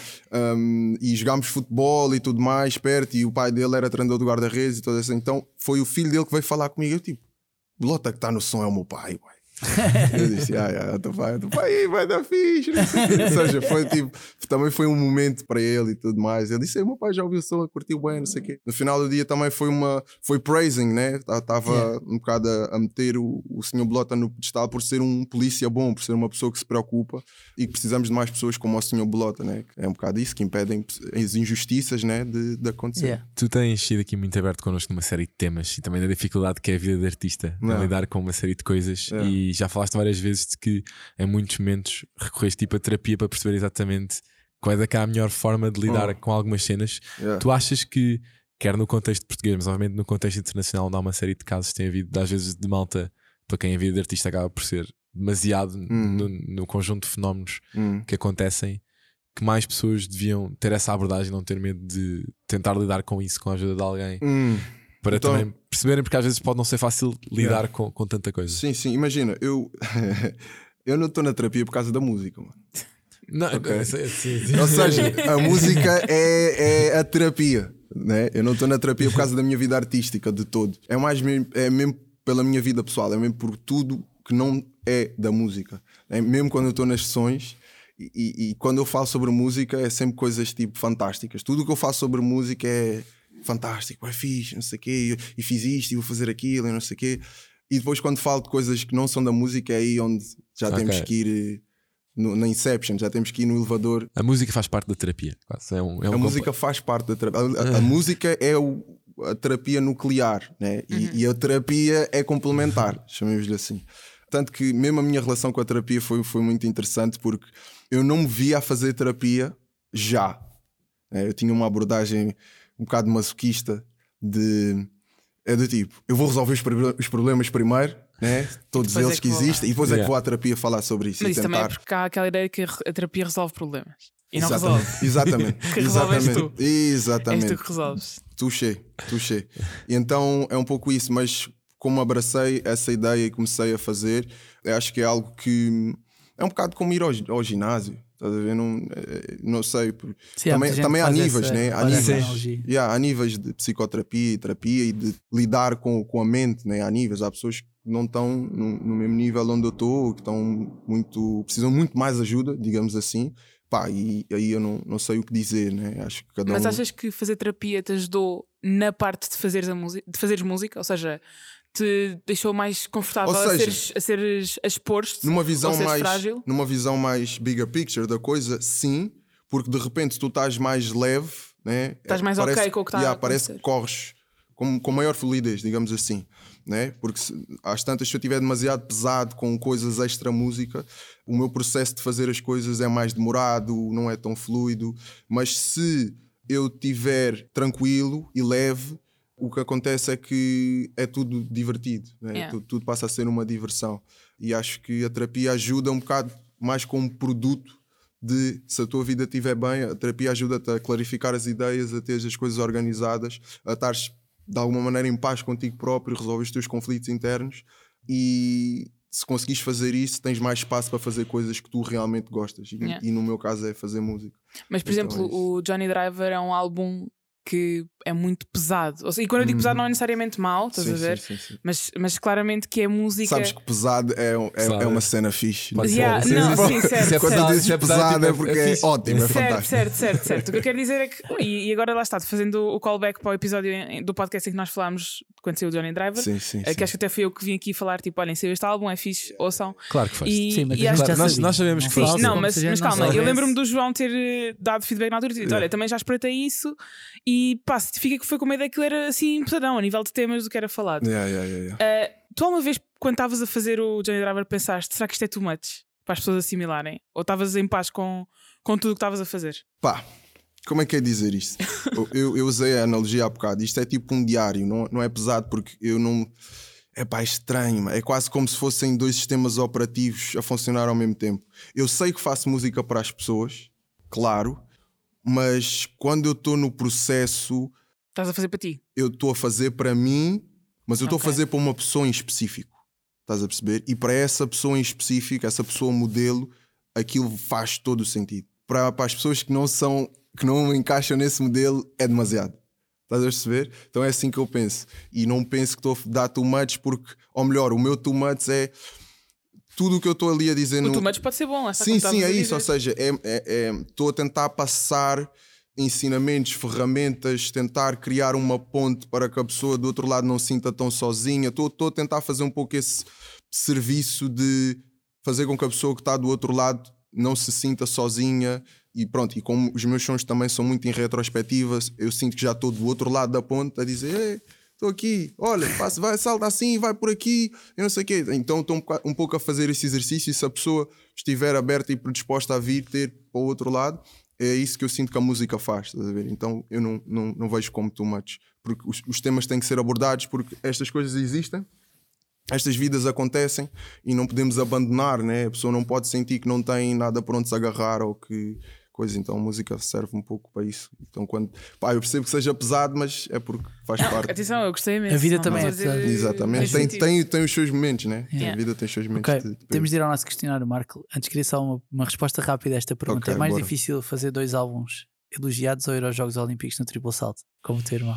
E jogámos futebol e tudo mais perto, e o pai dele era treinador do guarda-redes e tudo assim. Então foi o filho dele que veio falar comigo. Eu tipo: Bolota que está no som é o meu pai, ué. Eu disse: teu pai vai dar fixe. Ou seja, também foi um momento para ele e tudo mais. Ele disse: meu pai já ouviu o som, curtiu bem, não sei o quê. No final do dia também foi praising, né? Estava um bocado a meter o Sr. Bolota no pedestal por ser um polícia bom, por ser uma pessoa que se preocupa, e que precisamos de mais pessoas como o Sr. Bolota, né? É um bocado isso que impedem as injustiças, né? de acontecer. Tu tens sido aqui muito aberto connosco numa série de temas e também da dificuldade que é a vida de artista, a lidar com uma série de coisas. E já falaste várias vezes de que em muitos momentos recorreste tipo a terapia para perceber exatamente qual é a melhor forma de lidar com algumas cenas. Tu achas que, quer no contexto português, mas obviamente no contexto internacional, onde há uma série de casos que tem havido, às vezes, de malta, para quem a vida de artista acaba por ser demasiado no conjunto de fenómenos que acontecem, que mais pessoas deviam ter essa abordagem, não ter medo de tentar lidar com isso com a ajuda de alguém? Para então, também perceberem, porque às vezes pode não ser fácil lidar com tanta coisa. Sim, imagina, eu não estou na terapia por causa da música, mano. Não, sim. Ou seja, a música é a terapia, né? Eu não estou na terapia por causa da minha vida artística de todo. É mesmo pela minha vida pessoal, é mesmo por tudo que não é da música. É mesmo quando eu estou nas sessões e quando eu falo sobre música é sempre coisas tipo fantásticas. Tudo o que eu faço sobre música é fantástico, é fixe, não sei o quê, e fiz isto e vou fazer aquilo e não sei o quê. E depois quando falo de coisas que não são da música é aí onde já temos que ir na Inception, já temos que ir no elevador. A música faz parte da terapia, quase. A música faz parte da terapia. A música é a terapia nuclear, né? E a terapia é complementar, chamemos-lhe assim. Tanto que mesmo a minha relação com a terapia foi muito interessante, porque eu não me via a fazer terapia já. Eu tinha uma abordagem um bocado masoquista do tipo: eu vou resolver os problemas primeiro, né? Todos eles que existem, e depois é que vou à terapia falar sobre isso. Mas isso tentar... também é porque há aquela ideia que a terapia resolve problemas. E não resolve. Exatamente. Que resolves tu. Exatamente. És tu que resolves. Touché. E então é um pouco isso, mas como abracei essa ideia e comecei a fazer, eu acho que é algo que é um bocado como ir ao ginásio. Estás a ver? Não sei. Sim, também há níveis, né? Há níveis de psicoterapia e terapia e de lidar com a mente, né? Há níveis. Há pessoas que não estão no mesmo nível onde eu estou, que precisam muito mais ajuda, digamos assim. E aí eu não sei o que dizer, né? Acho que Mas achas que fazer terapia te ajudou na parte de fazeres música? Ou seja, te deixou mais confortável a seres exposto, numa visão mais frágil? Numa visão mais bigger picture da coisa, sim, porque de repente tu estás mais leve, né? Estás mais ok com o que está a acontecer. Parece que corres com maior fluidez, digamos assim, né? Porque às tantas, se eu estiver demasiado pesado com coisas extra música, o meu processo de fazer as coisas é mais demorado, não é tão fluido. Mas se eu estiver tranquilo e leve, o que acontece é que é tudo divertido, né? Tudo passa a ser uma diversão. E acho que a terapia ajuda um bocado mais como produto de, se a tua vida estiver bem, a terapia ajuda-te a clarificar as ideias, a ter as coisas organizadas, a estares de alguma maneira em paz contigo próprio, resolver os teus conflitos internos, e se conseguires fazer isso, tens mais espaço para fazer coisas que tu realmente gostas. E no meu caso é fazer música. Mas, por exemplo, o Johnny Driver é um álbum que é muito pesado. Ou seja, e quando eu digo pesado não é necessariamente mau, estás a ver? Sim. Mas claramente que é música. Sabes que pesado é uma cena fixe. Não, certo. Quando tu dizes pesado é porque é ótimo, é fantástico. Certo. O que eu quero dizer é que, e agora lá está, fazendo o callback para o episódio do podcast em que nós falámos quando saiu o Johnny Driver, que acho que até foi eu que vim aqui falar, tipo, olhem, saiu este álbum, é fixe, ouçam. Claro que faz. Sim, mas nós sabemos que faz. Não, mas calma, eu lembro-me do João ter dado feedback na altura e dito, olha, também já espreitei isso e pá, fica que foi com uma ideia que ele era assim pesadão a nível de temas do que era falado. Tu alguma vez, quando estavas a fazer o Johnny Driver, pensaste, será que isto é too much para as pessoas assimilarem? Ou estavas em paz com tudo o que estavas a fazer? Pá, como é que é dizer isto? eu usei a analogia há bocado. Isto é tipo um diário, não é pesado porque eu não... É pá, é estranho, é quase como se fossem 2 sistemas operativos a funcionar ao mesmo tempo. Eu sei que faço música para as pessoas, claro, mas quando eu estou no processo... Estás a fazer para ti? Eu estou a fazer para mim, mas eu estou a fazer para uma pessoa em específico. Estás a perceber? E para essa pessoa em específico, essa pessoa modelo, aquilo faz todo o sentido. Para as pessoas que não encaixam nesse modelo, é demasiado. Estás a perceber? Então é assim que eu penso. E não penso que estou a dar too much porque, ou melhor, o meu too much é tudo o que eu estou ali a dizer. O too much pode ser bom. Sim, é isso. Ou seja, estou a tentar passar ensinamentos, ferramentas, tentar criar uma ponte para que a pessoa do outro lado não se sinta tão sozinha. Estou a tentar fazer um pouco esse serviço de fazer com que a pessoa que está do outro lado não se sinta sozinha. E pronto, e como os meus sons também são muito em retrospectiva, eu sinto que já estou do outro lado da ponte a dizer estou aqui, olha, salta assim, vai por aqui, eu não sei o quê. Então estou um pouco a fazer esse exercício e se a pessoa estiver aberta e predisposta a vir ter para o outro lado, é isso que eu sinto que a música faz, estás a ver? Então eu não vejo como too much, porque os temas têm que ser abordados porque estas coisas existem, estas vidas acontecem e não podemos abandonar, né? A pessoa não pode sentir que não tem nada para onde se agarrar ou que coisa, então a música serve um pouco para isso. Então eu percebo que seja pesado, mas é porque faz parte. Atenção, eu gostei mesmo. A vida também é pesada. Exatamente, tem os seus momentos, né? A vida tem os seus momentos. Temos de ir ao nosso questionário, Marco. Antes queria só uma resposta rápida a esta pergunta. É mais difícil fazer 2 álbuns elogiados ou ir aos Jogos Olímpicos no triplo salto, como o teu irmão?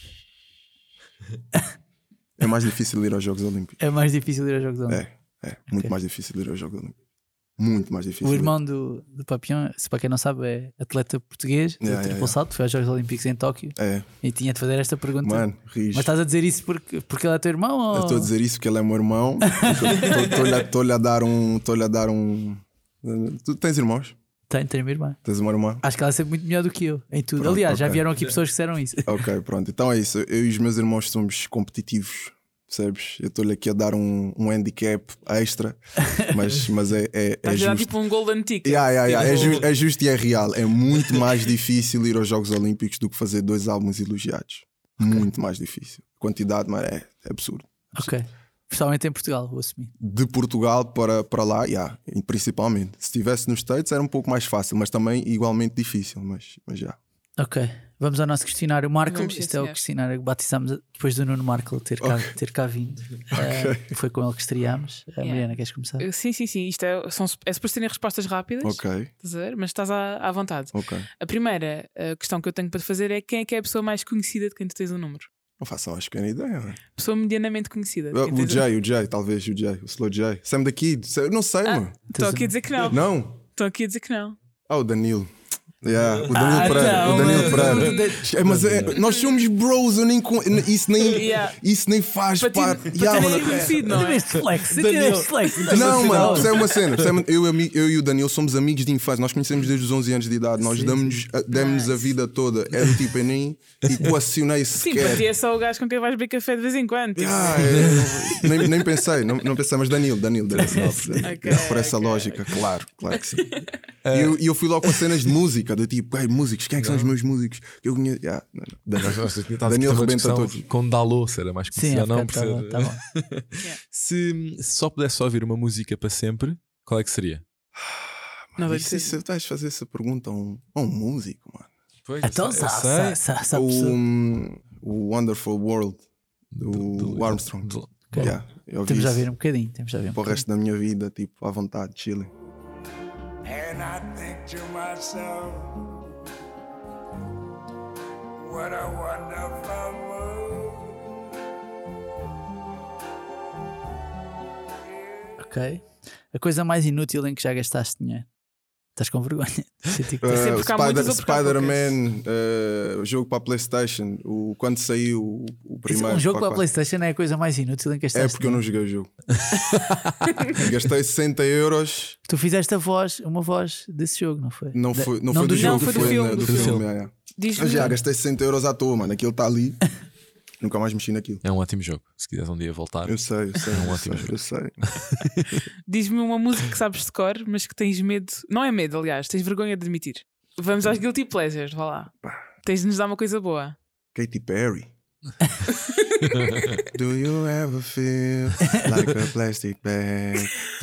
É mais difícil ir aos Jogos Olímpicos. É mais difícil ir aos Jogos Olímpicos. Muito mais difícil ir aos Jogos Olímpicos. Muito mais difícil. O irmão do Papião, se para quem não sabe, é atleta português, triplo salto, foi aos Jogos Olímpicos em Tóquio e tinha de fazer esta pergunta. Mano, mas estás a dizer isso porque ele é teu irmão? Ou... Eu estou a dizer isso porque ele é meu irmão. Estou-lhe a dar um. Tu tens irmãos? Tenho minha irmã. Tens uma irmã? Acho que ela é sempre muito melhor do que eu em tudo. Pronto, aliás, já vieram aqui pessoas que disseram isso. Ok, pronto. Então é isso. Eu e os meus irmãos somos competitivos. Percebes? Eu estou-lhe aqui a dar um handicap extra, mas é justo. Tipo um golden ticket. É justo e é real. É muito mais difícil ir aos Jogos Olímpicos do que fazer 2 álbuns elogiados. Muito mais difícil. A quantidade, mas é absurdo. Ok. Principalmente em Portugal, vou assumir. De Portugal para lá, principalmente. Se estivesse nos States era um pouco mais fácil, mas também igualmente difícil. Mas já. Ok. Vamos ao nosso questionário Markle. Este é o questionário que batizamos depois do Nuno Markle ter cá vindo. Foi com ele que estreámos. Mariana, queres começar? Sim. Isto é suposto terem respostas rápidas. Estás a ver? Mas estás à vontade. A primeira questão que eu tenho para te fazer é quem é a pessoa mais conhecida de quem tu tens o número? Não faço a pequena ideia. Né? Pessoa medianamente conhecida. O Jay, talvez o Slow J. Sam daqui, eu não sei, mano. Estou aqui a dizer que não. Não? Estou aqui a dizer que não. O Danilo. O Danilo Pereira. Mas nós somos bros, isso nem faz parte. Não é flex. Não, mano, isso é uma cena. Eu e o Danilo somos amigos de infância. Nós conhecemos desde os 11 anos de idade. Nós demos a vida toda. É do tipo, eu nem equacionei sequer. Sim, para ti é só o gajo com quem vais beber café de vez em quando. Nem pensei, não pensei, mas Danilo. Por essa lógica, claro que sim. E eu fui logo com cenas de música. Do tipo, músicos, quem é que são os meus músicos? Eu conheço. Danilo rebenta todos. Com Dalô, será mais conhecido. Não, tá bom. Se só pudesse ouvir uma música para sempre, qual é que seria? Não vai ser. Se estás a fazer essa pergunta a um músico, mano. Pois, então o Wonderful World do Armstrong. Temos já a ver um bocadinho. Para o resto da minha vida, tipo, à vontade, chilling. And I think to myself, Ok. A coisa mais inútil em que já gastaste dinheiro. Estás com vergonha? Spider-Man, jogo para a PlayStation. Quando saiu o primeiro. Um jogo para a PlayStation é a coisa mais inútil em que gastaste. É porque eu não joguei o jogo. Gastei 60€. Tu fizeste uma voz desse jogo, não foi? Não foi do jogo, foi do filme. Já gastei 60€ à toa, mano. Aquilo está ali. Nunca mais mexi naquilo. É um ótimo jogo. Se quiseres um dia voltar. Eu sei. É um ótimo jogo. Eu sei. Diz-me uma música que sabes de cor, mas que tens medo. Não é medo, aliás, tens vergonha de admitir. Vamos aos Guilty Pleasures, vá lá. Tens de nos dar uma coisa boa. Katy Perry. Do you ever feel like a plastic bag?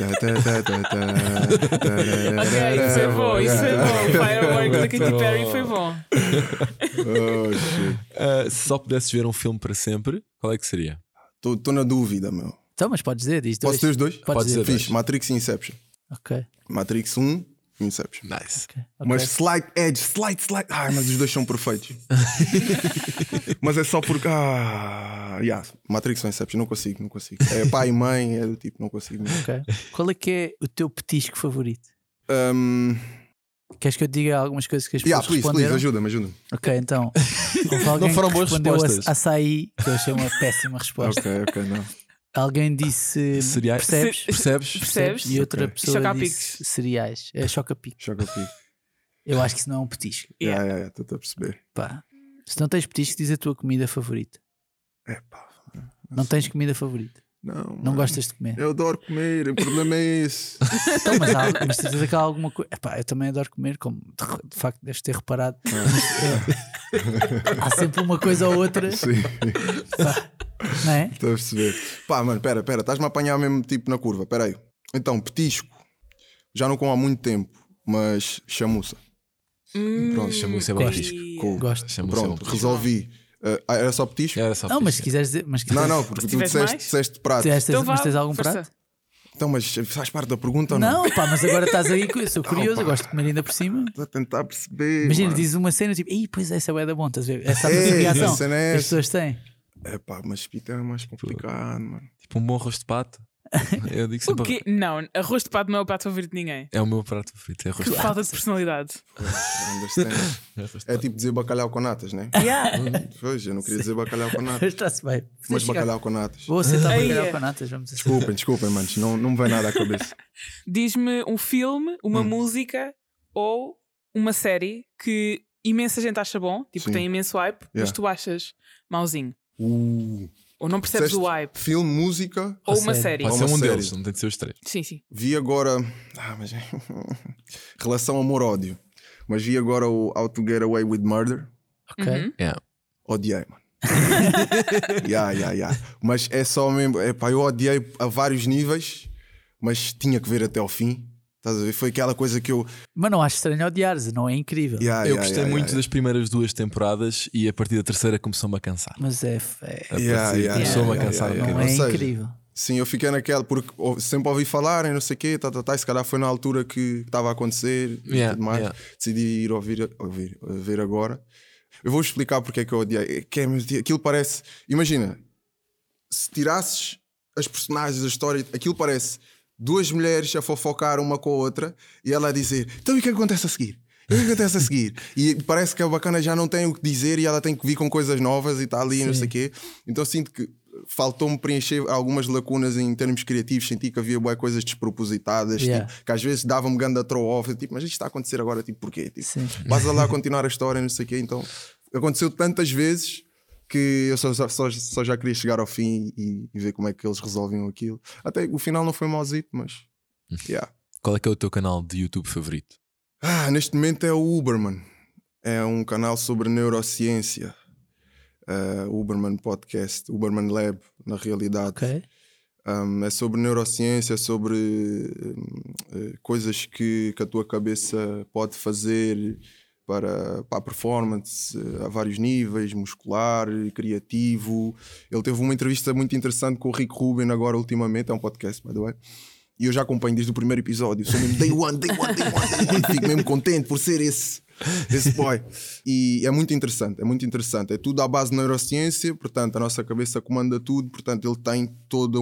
Ok, isso é bom. Firework da Katy Perry foi bom. Oh, shit. Se só pudesses ver um filme para sempre, qual é que seria? Estou na dúvida, meu. Então, mas podes dizer, diz dois. Posso ter os dois? Pode dizer. Fixe, Matrix e Inception. Ok. Matrix 1 e Inception. Nice. Okay. Mas slight edge. Ai, mas os dois são perfeitos. Mas é só porque. Matrix ou Inception, não consigo. É pai e mãe, é do tipo, não consigo. Okay. Qual é que é o teu petisco favorito? Queres que eu te diga algumas coisas que as pessoas responderam? Please, ajuda-me. Ok, então. Não foram boas respostas. Açaí, que eu achei uma péssima resposta. Ok, não. Alguém disse percebes? E outra pessoa disse cereais. É choca-pique. Eu acho que isso não é um petisco. Estou a perceber. Pá, se não tens petisco, diz a tua comida favorita. Não tens comida favorita? Não gostas de comer? Eu adoro comer, o problema é esse. Então, mas tens que há alguma coisa. Eu também adoro comer, como de facto deves ter reparado. Há sempre uma coisa ou outra. Sim. Não é? Estou a perceber. Mano, pera, estás-me a apanhar mesmo tipo na curva. Pera aí. Então, petisco. Já não como há muito tempo, mas chamuça. Pronto, chamuça é bom petisco. Gosto. Pronto, resolvi. Era só petisco? Não, mas se quiseres dizer. Não, porque tu disseste prato. Mas tens algum prato? Então, mas faz parte da pergunta ou não? Não, mas agora estás aí. Sou curioso, eu gosto de comer ainda por cima. Estou a tentar perceber. Imagina, dizes uma cena tipo, pois essa é da bom, estás a ver? Essa é a reação que as pessoas têm. Mas pita é mais complicado, mano. Tipo um bom arroz de pato. Eu digo sempre. Não, arroz de pato não é o prato favorito de ninguém. É o meu prato favorito. É arroz de pato. Falta de personalidade. É tipo dizer bacalhau com natas, né? Pois, eu não queria dizer bacalhau com natas. Está-se bem. Mas bacalhau com natas. Vou aceitar bacalhau com natas, vamos assim. Desculpem, manos, não me vem nada à cabeça. Diz-me um filme, uma música ou uma série que imensa gente acha bom, tipo tem imenso hype, mas tu achas mauzinho. Ou não percebes o hype. Filme, música ou uma série. Pode ser um deles, não tem de ser os três. Sim. Vi agora relação amor-ódio. Mas vi agora o How to Get Away with Murder. Ok. Odiei, mano. Mas é só mesmo. Eu odiei a vários níveis, mas tinha que ver até ao fim. Estás a ver? Foi aquela coisa que eu. Mas não acho estranho odiares, não é incrível. Eu gostei muito das primeiras 2 temporadas e a partir da terceira começou-me a cansar. Mas começou-me a cansar. Não é incrível. Sim, eu fiquei naquela, porque sempre ouvi falar em não sei o quê, se calhar foi na altura que estava a acontecer e tudo mais. Decidi ir ver agora. Eu vou explicar porque é que eu odiei. Aquilo parece. Imagina, se tirasses as personagens da história, aquilo parece 2 mulheres a fofocar uma com a outra e ela a dizer: então e o que acontece a seguir? E parece que a bacana já não tem o que dizer e ela tem que vir com coisas novas e está ali, não sei o quê. Então sinto que faltou-me preencher algumas lacunas em termos criativos. Senti que havia boas coisas despropositadas, tipo, que às vezes dava-me ganda throw-off, tipo, mas isto está a acontecer agora, tipo, porquê? Tipo, vas lá continuar a história, não sei o quê. Então aconteceu tantas vezes que eu só já queria chegar ao fim e ver como é que eles resolviam aquilo. Até o final não foi mauzito, mas Qual é que é o teu canal de YouTube favorito? Neste momento é o Uberman. É um canal sobre neurociência. Uberman Podcast, Uberman Lab, na realidade. É sobre neurociência, sobre coisas que a tua cabeça pode fazer para a performance a vários níveis, muscular, criativo. Ele teve uma entrevista muito interessante com o Rick Rubin agora ultimamente, é um podcast, by the way. E eu já acompanho desde o primeiro episódio. Sou mesmo day one. Fico mesmo contente por ser esse Esse boy. E é muito interessante, é muito interessante. É tudo à base de neurociência, portanto, a nossa cabeça comanda tudo, portanto, ele tem todas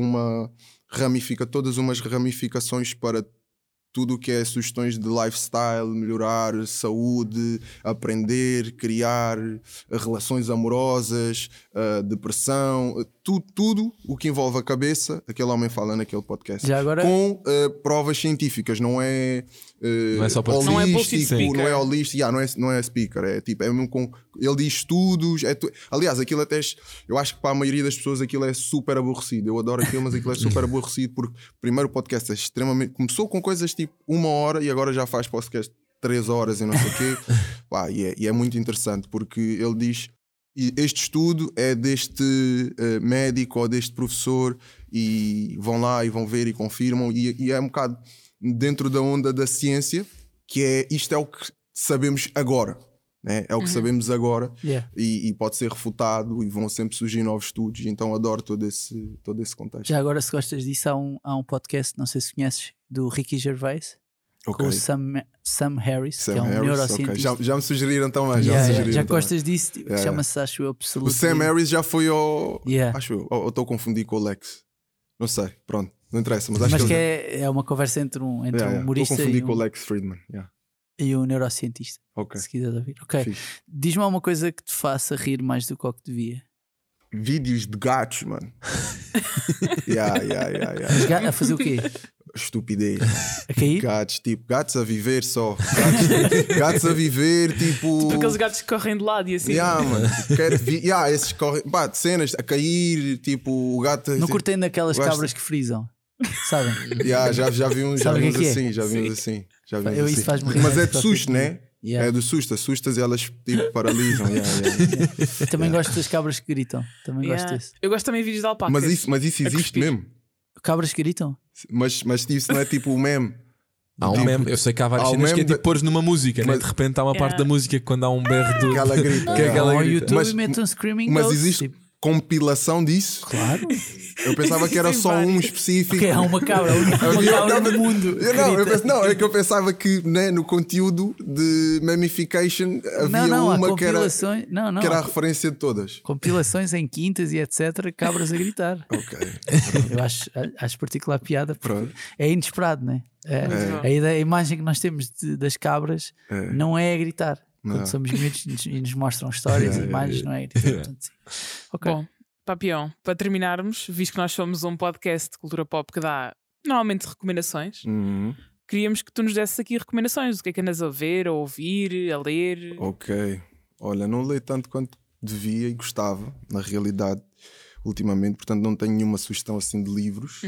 umas ramificações para tudo o que é sugestões de lifestyle, melhorar, saúde, aprender, criar, relações amorosas, depressão, tudo o que envolve a cabeça, aquele homem fala naquele podcast. Já agora... Com provas científicas, não é só para holístico, não é holístico, não é speaker, é tipo, é mesmo com, ele diz estudos, aliás, aquilo até, eu acho que para a maioria das pessoas aquilo é super aborrecido, eu adoro aquilo, mas aquilo é super aborrecido porque primeiro o podcast é extremamente, começou com coisas tipo 1 hora e agora já faz podcast 3 horas e não sei o quê. E é muito interessante porque ele diz, este estudo é deste médico ou deste professor e vão lá e vão ver e confirmam e é um bocado dentro da onda da ciência, que é isto é o que sabemos agora, né? É o que sabemos agora e pode ser refutado e vão sempre surgir novos estudos, então adoro todo esse contexto. Já agora, se gostas disso, há um podcast, não sei se conheces, do Ricky Gervais, com o Sam Harris, que é um neurocientista. Já me sugeriram também. Já gostas disso? Chama-se, acho eu, Absolute. O Sam Harris já foi ao... Acho eu, ou estou a confundir com o Lex. Não sei, pronto, não interessa. Mas acho que é uma conversa entre um humorista e com o Lex Friedman. E um neurocientista. Se quiseres ouvir. Diz-me alguma coisa que te faça rir mais do que o que devia. Vídeos de gatos, mano. A fazer o quê? Estupidez. A cair? Gatos a viver só. Gatos a viver, tipo aqueles gatos que correm de lado e assim. Mano. Esses correm. Cenas a cair, tipo o gato. Não curtei daquelas cabras que frisam. Sabem? Já vi uns assim. Isso faz-me rir. Mas é de susto, né? É de susto, assustas e elas tipo paralisam. Eu também gosto das cabras que gritam. Também gosto disso. Eu gosto também de vídeos de alpacas. Mas isso existe mesmo. Cabras que gritam? Mas isso não é tipo o meme. Há um meme, eu sei que há várias cenas que é tipo pôres numa música, né? De repente há uma parte da música que quando há um berro do. Aquela grita. No YouTube metem um screaming. Mas existe compilação disso? Claro. Eu pensava que era só um específico. Porque há uma cabra, no mundo. É que eu pensava que, né, no conteúdo de memification havia uma que era a referência de todas. Compilações em quintas e etc. Cabras a gritar. Eu acho particular piada. É inesperado, né? A imagem que nós temos das cabras não é a gritar. Quando somos miúdos e nos mostram histórias e imagens, não é? Portanto, sim. Bom, Papião, para terminarmos, visto que nós somos um podcast de cultura pop que dá normalmente recomendações, queríamos que tu nos desses aqui recomendações do que é que andas a ver, a ouvir, a ler. Olha, não leio tanto quanto devia e gostava, na realidade, ultimamente, portanto não tenho nenhuma sugestão assim de livros.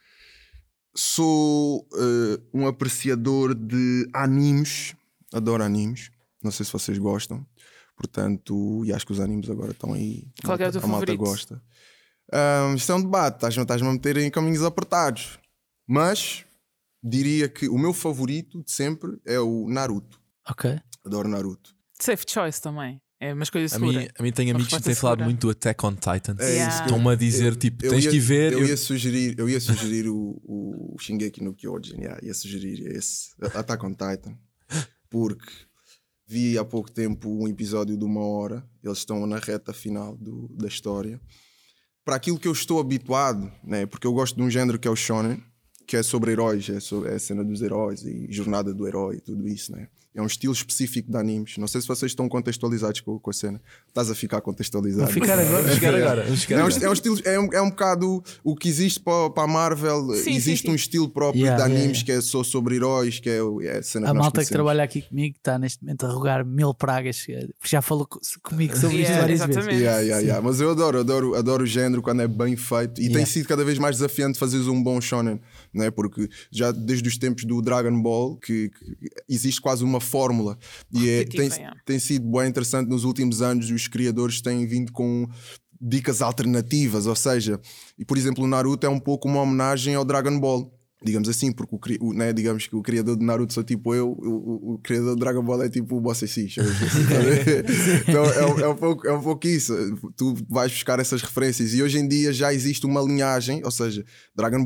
Sou um apreciador de animes, adoro animes. Não sei se vocês gostam, portanto, e acho que os animes agora estão aí. Qual é o teu favorito? A malta gosta. Isto é um debate, estás-me a meter em caminhos apertados, mas diria que o meu favorito de sempre é o Naruto. Adoro Naruto. Safe choice também. É uma coisa segura. A mim tem amigos que têm falado muito do Attack on Titan. Estão-me a dizer, tens que ir ver. Eu ia sugerir o Shingeki no Kyojin. Ia sugerir esse Attack on Titan, porque vi há pouco tempo um episódio de 1 hora. Eles estão na reta final da história. Para aquilo que eu estou habituado, né? Porque eu gosto de um género que é o shonen, que é sobre heróis, é a cena dos heróis e jornada do herói e tudo isso, né? É um estilo específico de animes. Não sei se vocês estão contextualizados com a cena. Estás a ficar contextualizado. Vamos ficar agora. É um estilo, é um bocado o que existe para a Marvel. Existe um estilo próprio de animes que é só sobre heróis, que é a cena. A malta que trabalha aqui comigo está neste momento a rogar 1000 pragas, porque já falou comigo sobre isto várias vezes. Mas eu adoro o género quando é bem feito e tem sido cada vez mais desafiante fazeres um bom shonen, né? Porque já desde os tempos do Dragon Ball que existe quase uma fórmula e tem sido bem interessante nos últimos anos. Os criadores têm vindo com dicas alternativas, ou seja, e por exemplo o Naruto é um pouco uma homenagem ao Dragon Ball, digamos assim, porque digamos que o criador de Naruto sou tipo eu, o criador de Dragon Ball é tipo o Bossa Xix. Então é um pouco isso. Tu vais buscar essas referências e hoje em dia já existe uma linhagem, ou seja, Dragon Ball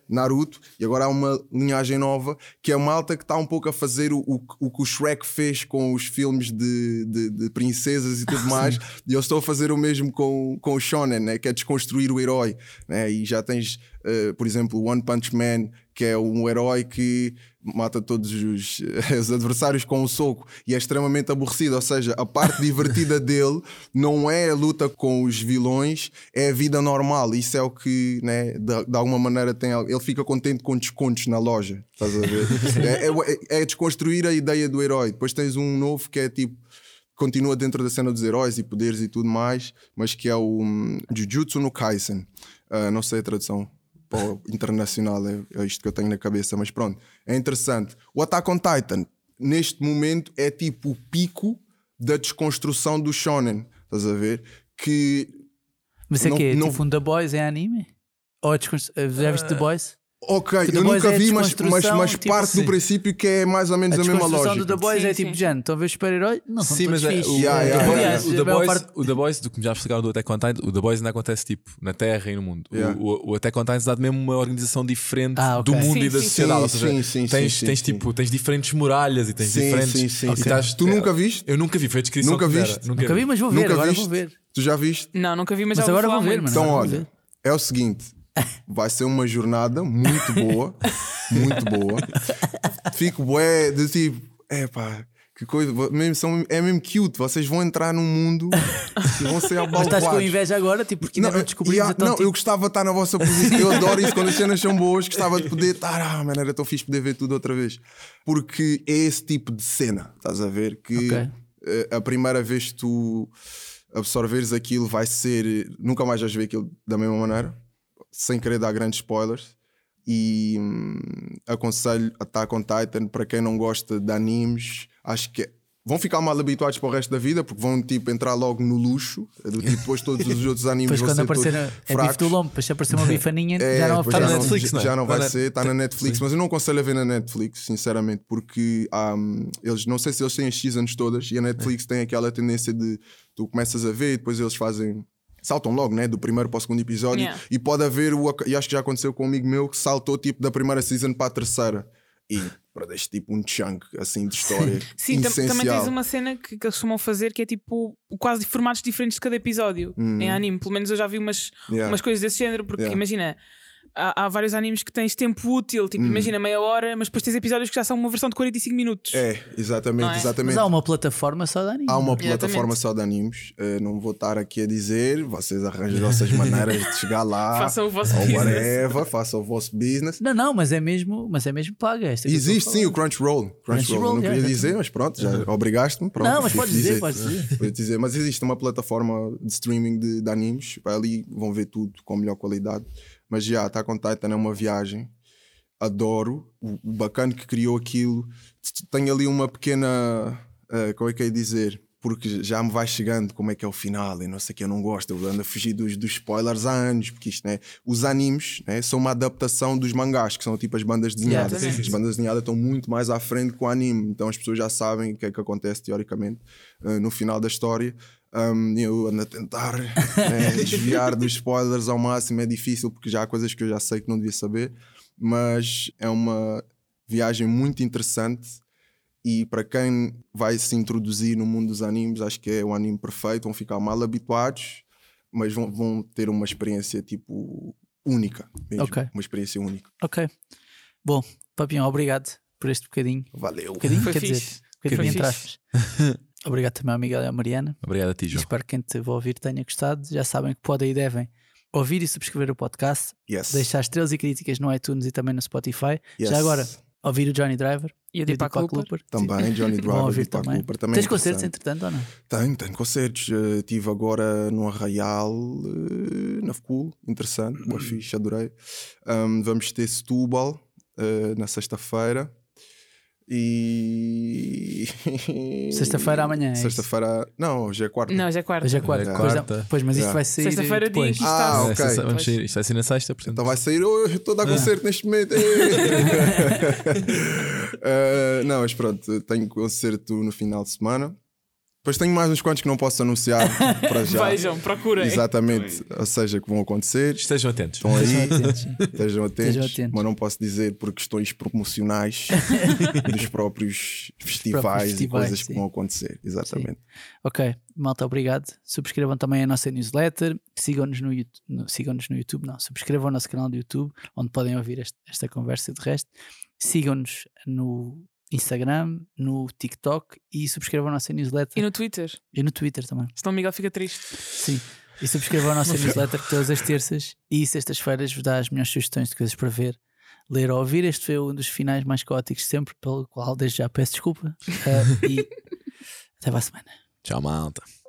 Naruto, e agora há uma linhagem nova que é a malta que está um pouco a fazer o que o Shrek fez com os filmes de princesas e tudo mais, e eu estou a fazer o mesmo com o Shonen, né? Que é desconstruir o herói, né? E já tens, por exemplo, o One Punch Man, que é um herói que mata todos os adversários com um soco e é extremamente aborrecido, ou seja, a parte divertida dele não é a luta com os vilões, é a vida normal. Isso é o que, né, de alguma maneira tem, ele fica contente com descontos na loja, estás a ver? É desconstruir a ideia do herói. Depois tens um novo que é tipo, continua dentro da cena dos heróis e poderes e tudo mais, mas que é o Jujutsu no Kaisen. Não sei a tradução internacional, é isto que eu tenho na cabeça, mas pronto, é interessante. O Attack on Titan neste momento é tipo o pico da desconstrução do shonen, estás a ver? Que mas é que é tipo um The Boys é anime? Ou já viste The Boys? Ok, eu nunca vi, mas tipo parte do princípio que é mais ou menos a mesma lógica. A desconstrução do The Boys é tipo, Jane, estão a ver super-herói? Não são todos fixes. O The Boys, do que me já explicaram do Attack on Titan, o The Boys ainda acontece tipo na Terra e no mundo. O Attack on Titan dá mesmo uma organização diferente do mundo e da sociedade. Ou seja, tens diferentes muralhas e tens diferentes... Tu nunca viste? Eu nunca vi, foi a descrição. Nunca viste? Nunca vi, mas vou ver, agora vou ver. Tu já viste? Não, nunca vi, mas agora vou ver. Então olha, é o seguinte... Vai ser uma jornada muito boa. Muito boa. Fico bué de tipo, que coisa, é mesmo cute. Vocês vão entrar num mundo e vão ser abalroados. Mas estás com inveja agora? Tipo, porque ainda não descobrimos eu gostava de estar na vossa posição. Eu adoro isso quando as cenas são boas. Gostava de poder estar, mano, era tão fixe poder ver tudo outra vez. Porque é esse tipo de cena, estás a ver? Que a primeira vez que tu absorveres aquilo vai ser, nunca mais vais ver aquilo da mesma maneira. Sem querer dar grandes spoilers, e aconselho Attack on Titan para quem não gosta de animes. Acho que vão ficar mal habituados para o resto da vida, porque vão tipo entrar logo no luxo, do tipo, depois todos os outros animes vão ser todos fracos. Bife do lombo, depois se aparecer uma bifaninha já não está na Netflix, já não vai ser, está na Netflix, mas eu não aconselho a ver na Netflix, sinceramente, porque eles, não sei se eles têm as seasons todas, e a Netflix tem aquela tendência de tu começas a ver e depois eles saltam logo, né, do primeiro para o segundo episódio, e pode haver, e acho que já aconteceu com um amigo meu que saltou tipo da primeira season para a terceira e perdeste tipo um chunk assim de história. Sim, também tens uma cena que eles costumam fazer que é tipo quase formatos diferentes de cada episódio em anime. Pelo menos eu já vi umas coisas desse género, porque imagina, há vários animes que tens tempo útil, tipo, imagina meia hora, mas depois tens episódios que já são uma versão de 45 minutos. Exatamente. Mas há uma plataforma só de animes. Há uma plataforma só de animes. Não vou estar aqui a dizer, vocês arranjam as vossas maneiras de chegar lá. Façam o vosso business. Façam o vosso business. Não, mas é mesmo paga. Existe sim o Crunchyroll. Não queria dizer, mas pronto, já obrigaste-me. Pronto, não, mas pode dizer. Pode dizer. Mas existe uma plataforma de streaming de animes. Ali vão ver tudo com melhor qualidade. Mas já, Attack on Titan é uma viagem. Adoro. O bacana que criou aquilo. Tem ali uma pequena... como é que é dizer? Porque já me vai chegando como é que é o final e não sei o que, eu não gosto. Eu ando a fugir dos spoilers há anos. Porque isto, né? Os animes, né, são uma adaptação dos mangás, que são tipo as bandas desenhadas. As bandas desenhadas estão muito mais à frente que o anime. Então as pessoas já sabem o que é que acontece teoricamente no final da história. Eu ando a tentar desviar dos spoilers ao máximo. É difícil porque já há coisas que eu já sei que não devia saber, mas é uma viagem muito interessante e para quem vai se introduzir no mundo dos animes, acho que é o anime perfeito. Vão ficar mal habituados, mas vão ter uma experiência tipo única mesmo. Uma experiência única. Bom, Papinho, obrigado por este bocadinho. Valeu. Quer dizer, bocadinho entre aspas. Obrigado também ao Miguel e à Mariana. Obrigado a ti, João. Espero que quem te vai ouvir tenha gostado. Já sabem que podem e devem ouvir e subscrever o podcast, deixar estrelas e críticas no iTunes e também no Spotify. Já agora, ouvir o Johnny Driver e o Deepak Looper. Também, Johnny Driver e Deepak Looper também. Tens concertos entretanto ou não? Tenho concertos. Estive agora no Arraial, na FCUL, interessante, boa fixe, adorei. Vamos ter Setúbal na sexta-feira. E sexta-feira amanhã. Sexta-feira, não, hoje é quarta. Não, hoje é quarta. Hoje é quarta. Pois, mas isto vai sair sexta-feira depois. Vamos sair, isto vai sair na sexta, portanto. Então vai sair. Eu estou a dar concerto neste momento. Não, mas pronto, tenho concerto no final de semana. Depois tenho mais uns quantos que não posso anunciar para já. Vejam, procurem. Exatamente, ou seja, que vão acontecer. Estejam atentos. Estão aí, estejam atentos, mas não posso dizer por questões promocionais dos próprios festivais e coisas que vão acontecer. Exatamente. Sim. Ok, malta, obrigado. Subscrevam também a nossa newsletter. Sigam-nos no YouTube. Não, subscrevam o nosso canal do YouTube, onde podem ouvir esta conversa. De resto, sigam-nos no Instagram, no TikTok e subscrevam a nossa newsletter. E no Twitter. E no Twitter também. Senão o Miguel fica triste. Sim. E subscrevam a nossa newsletter que todas as terças e sextas-feiras vos dá as melhores sugestões de coisas para ver, ler ou ouvir. Este foi um dos finais mais caóticos sempre, pelo qual desde já peço desculpa. E até para a semana. Tchau, malta.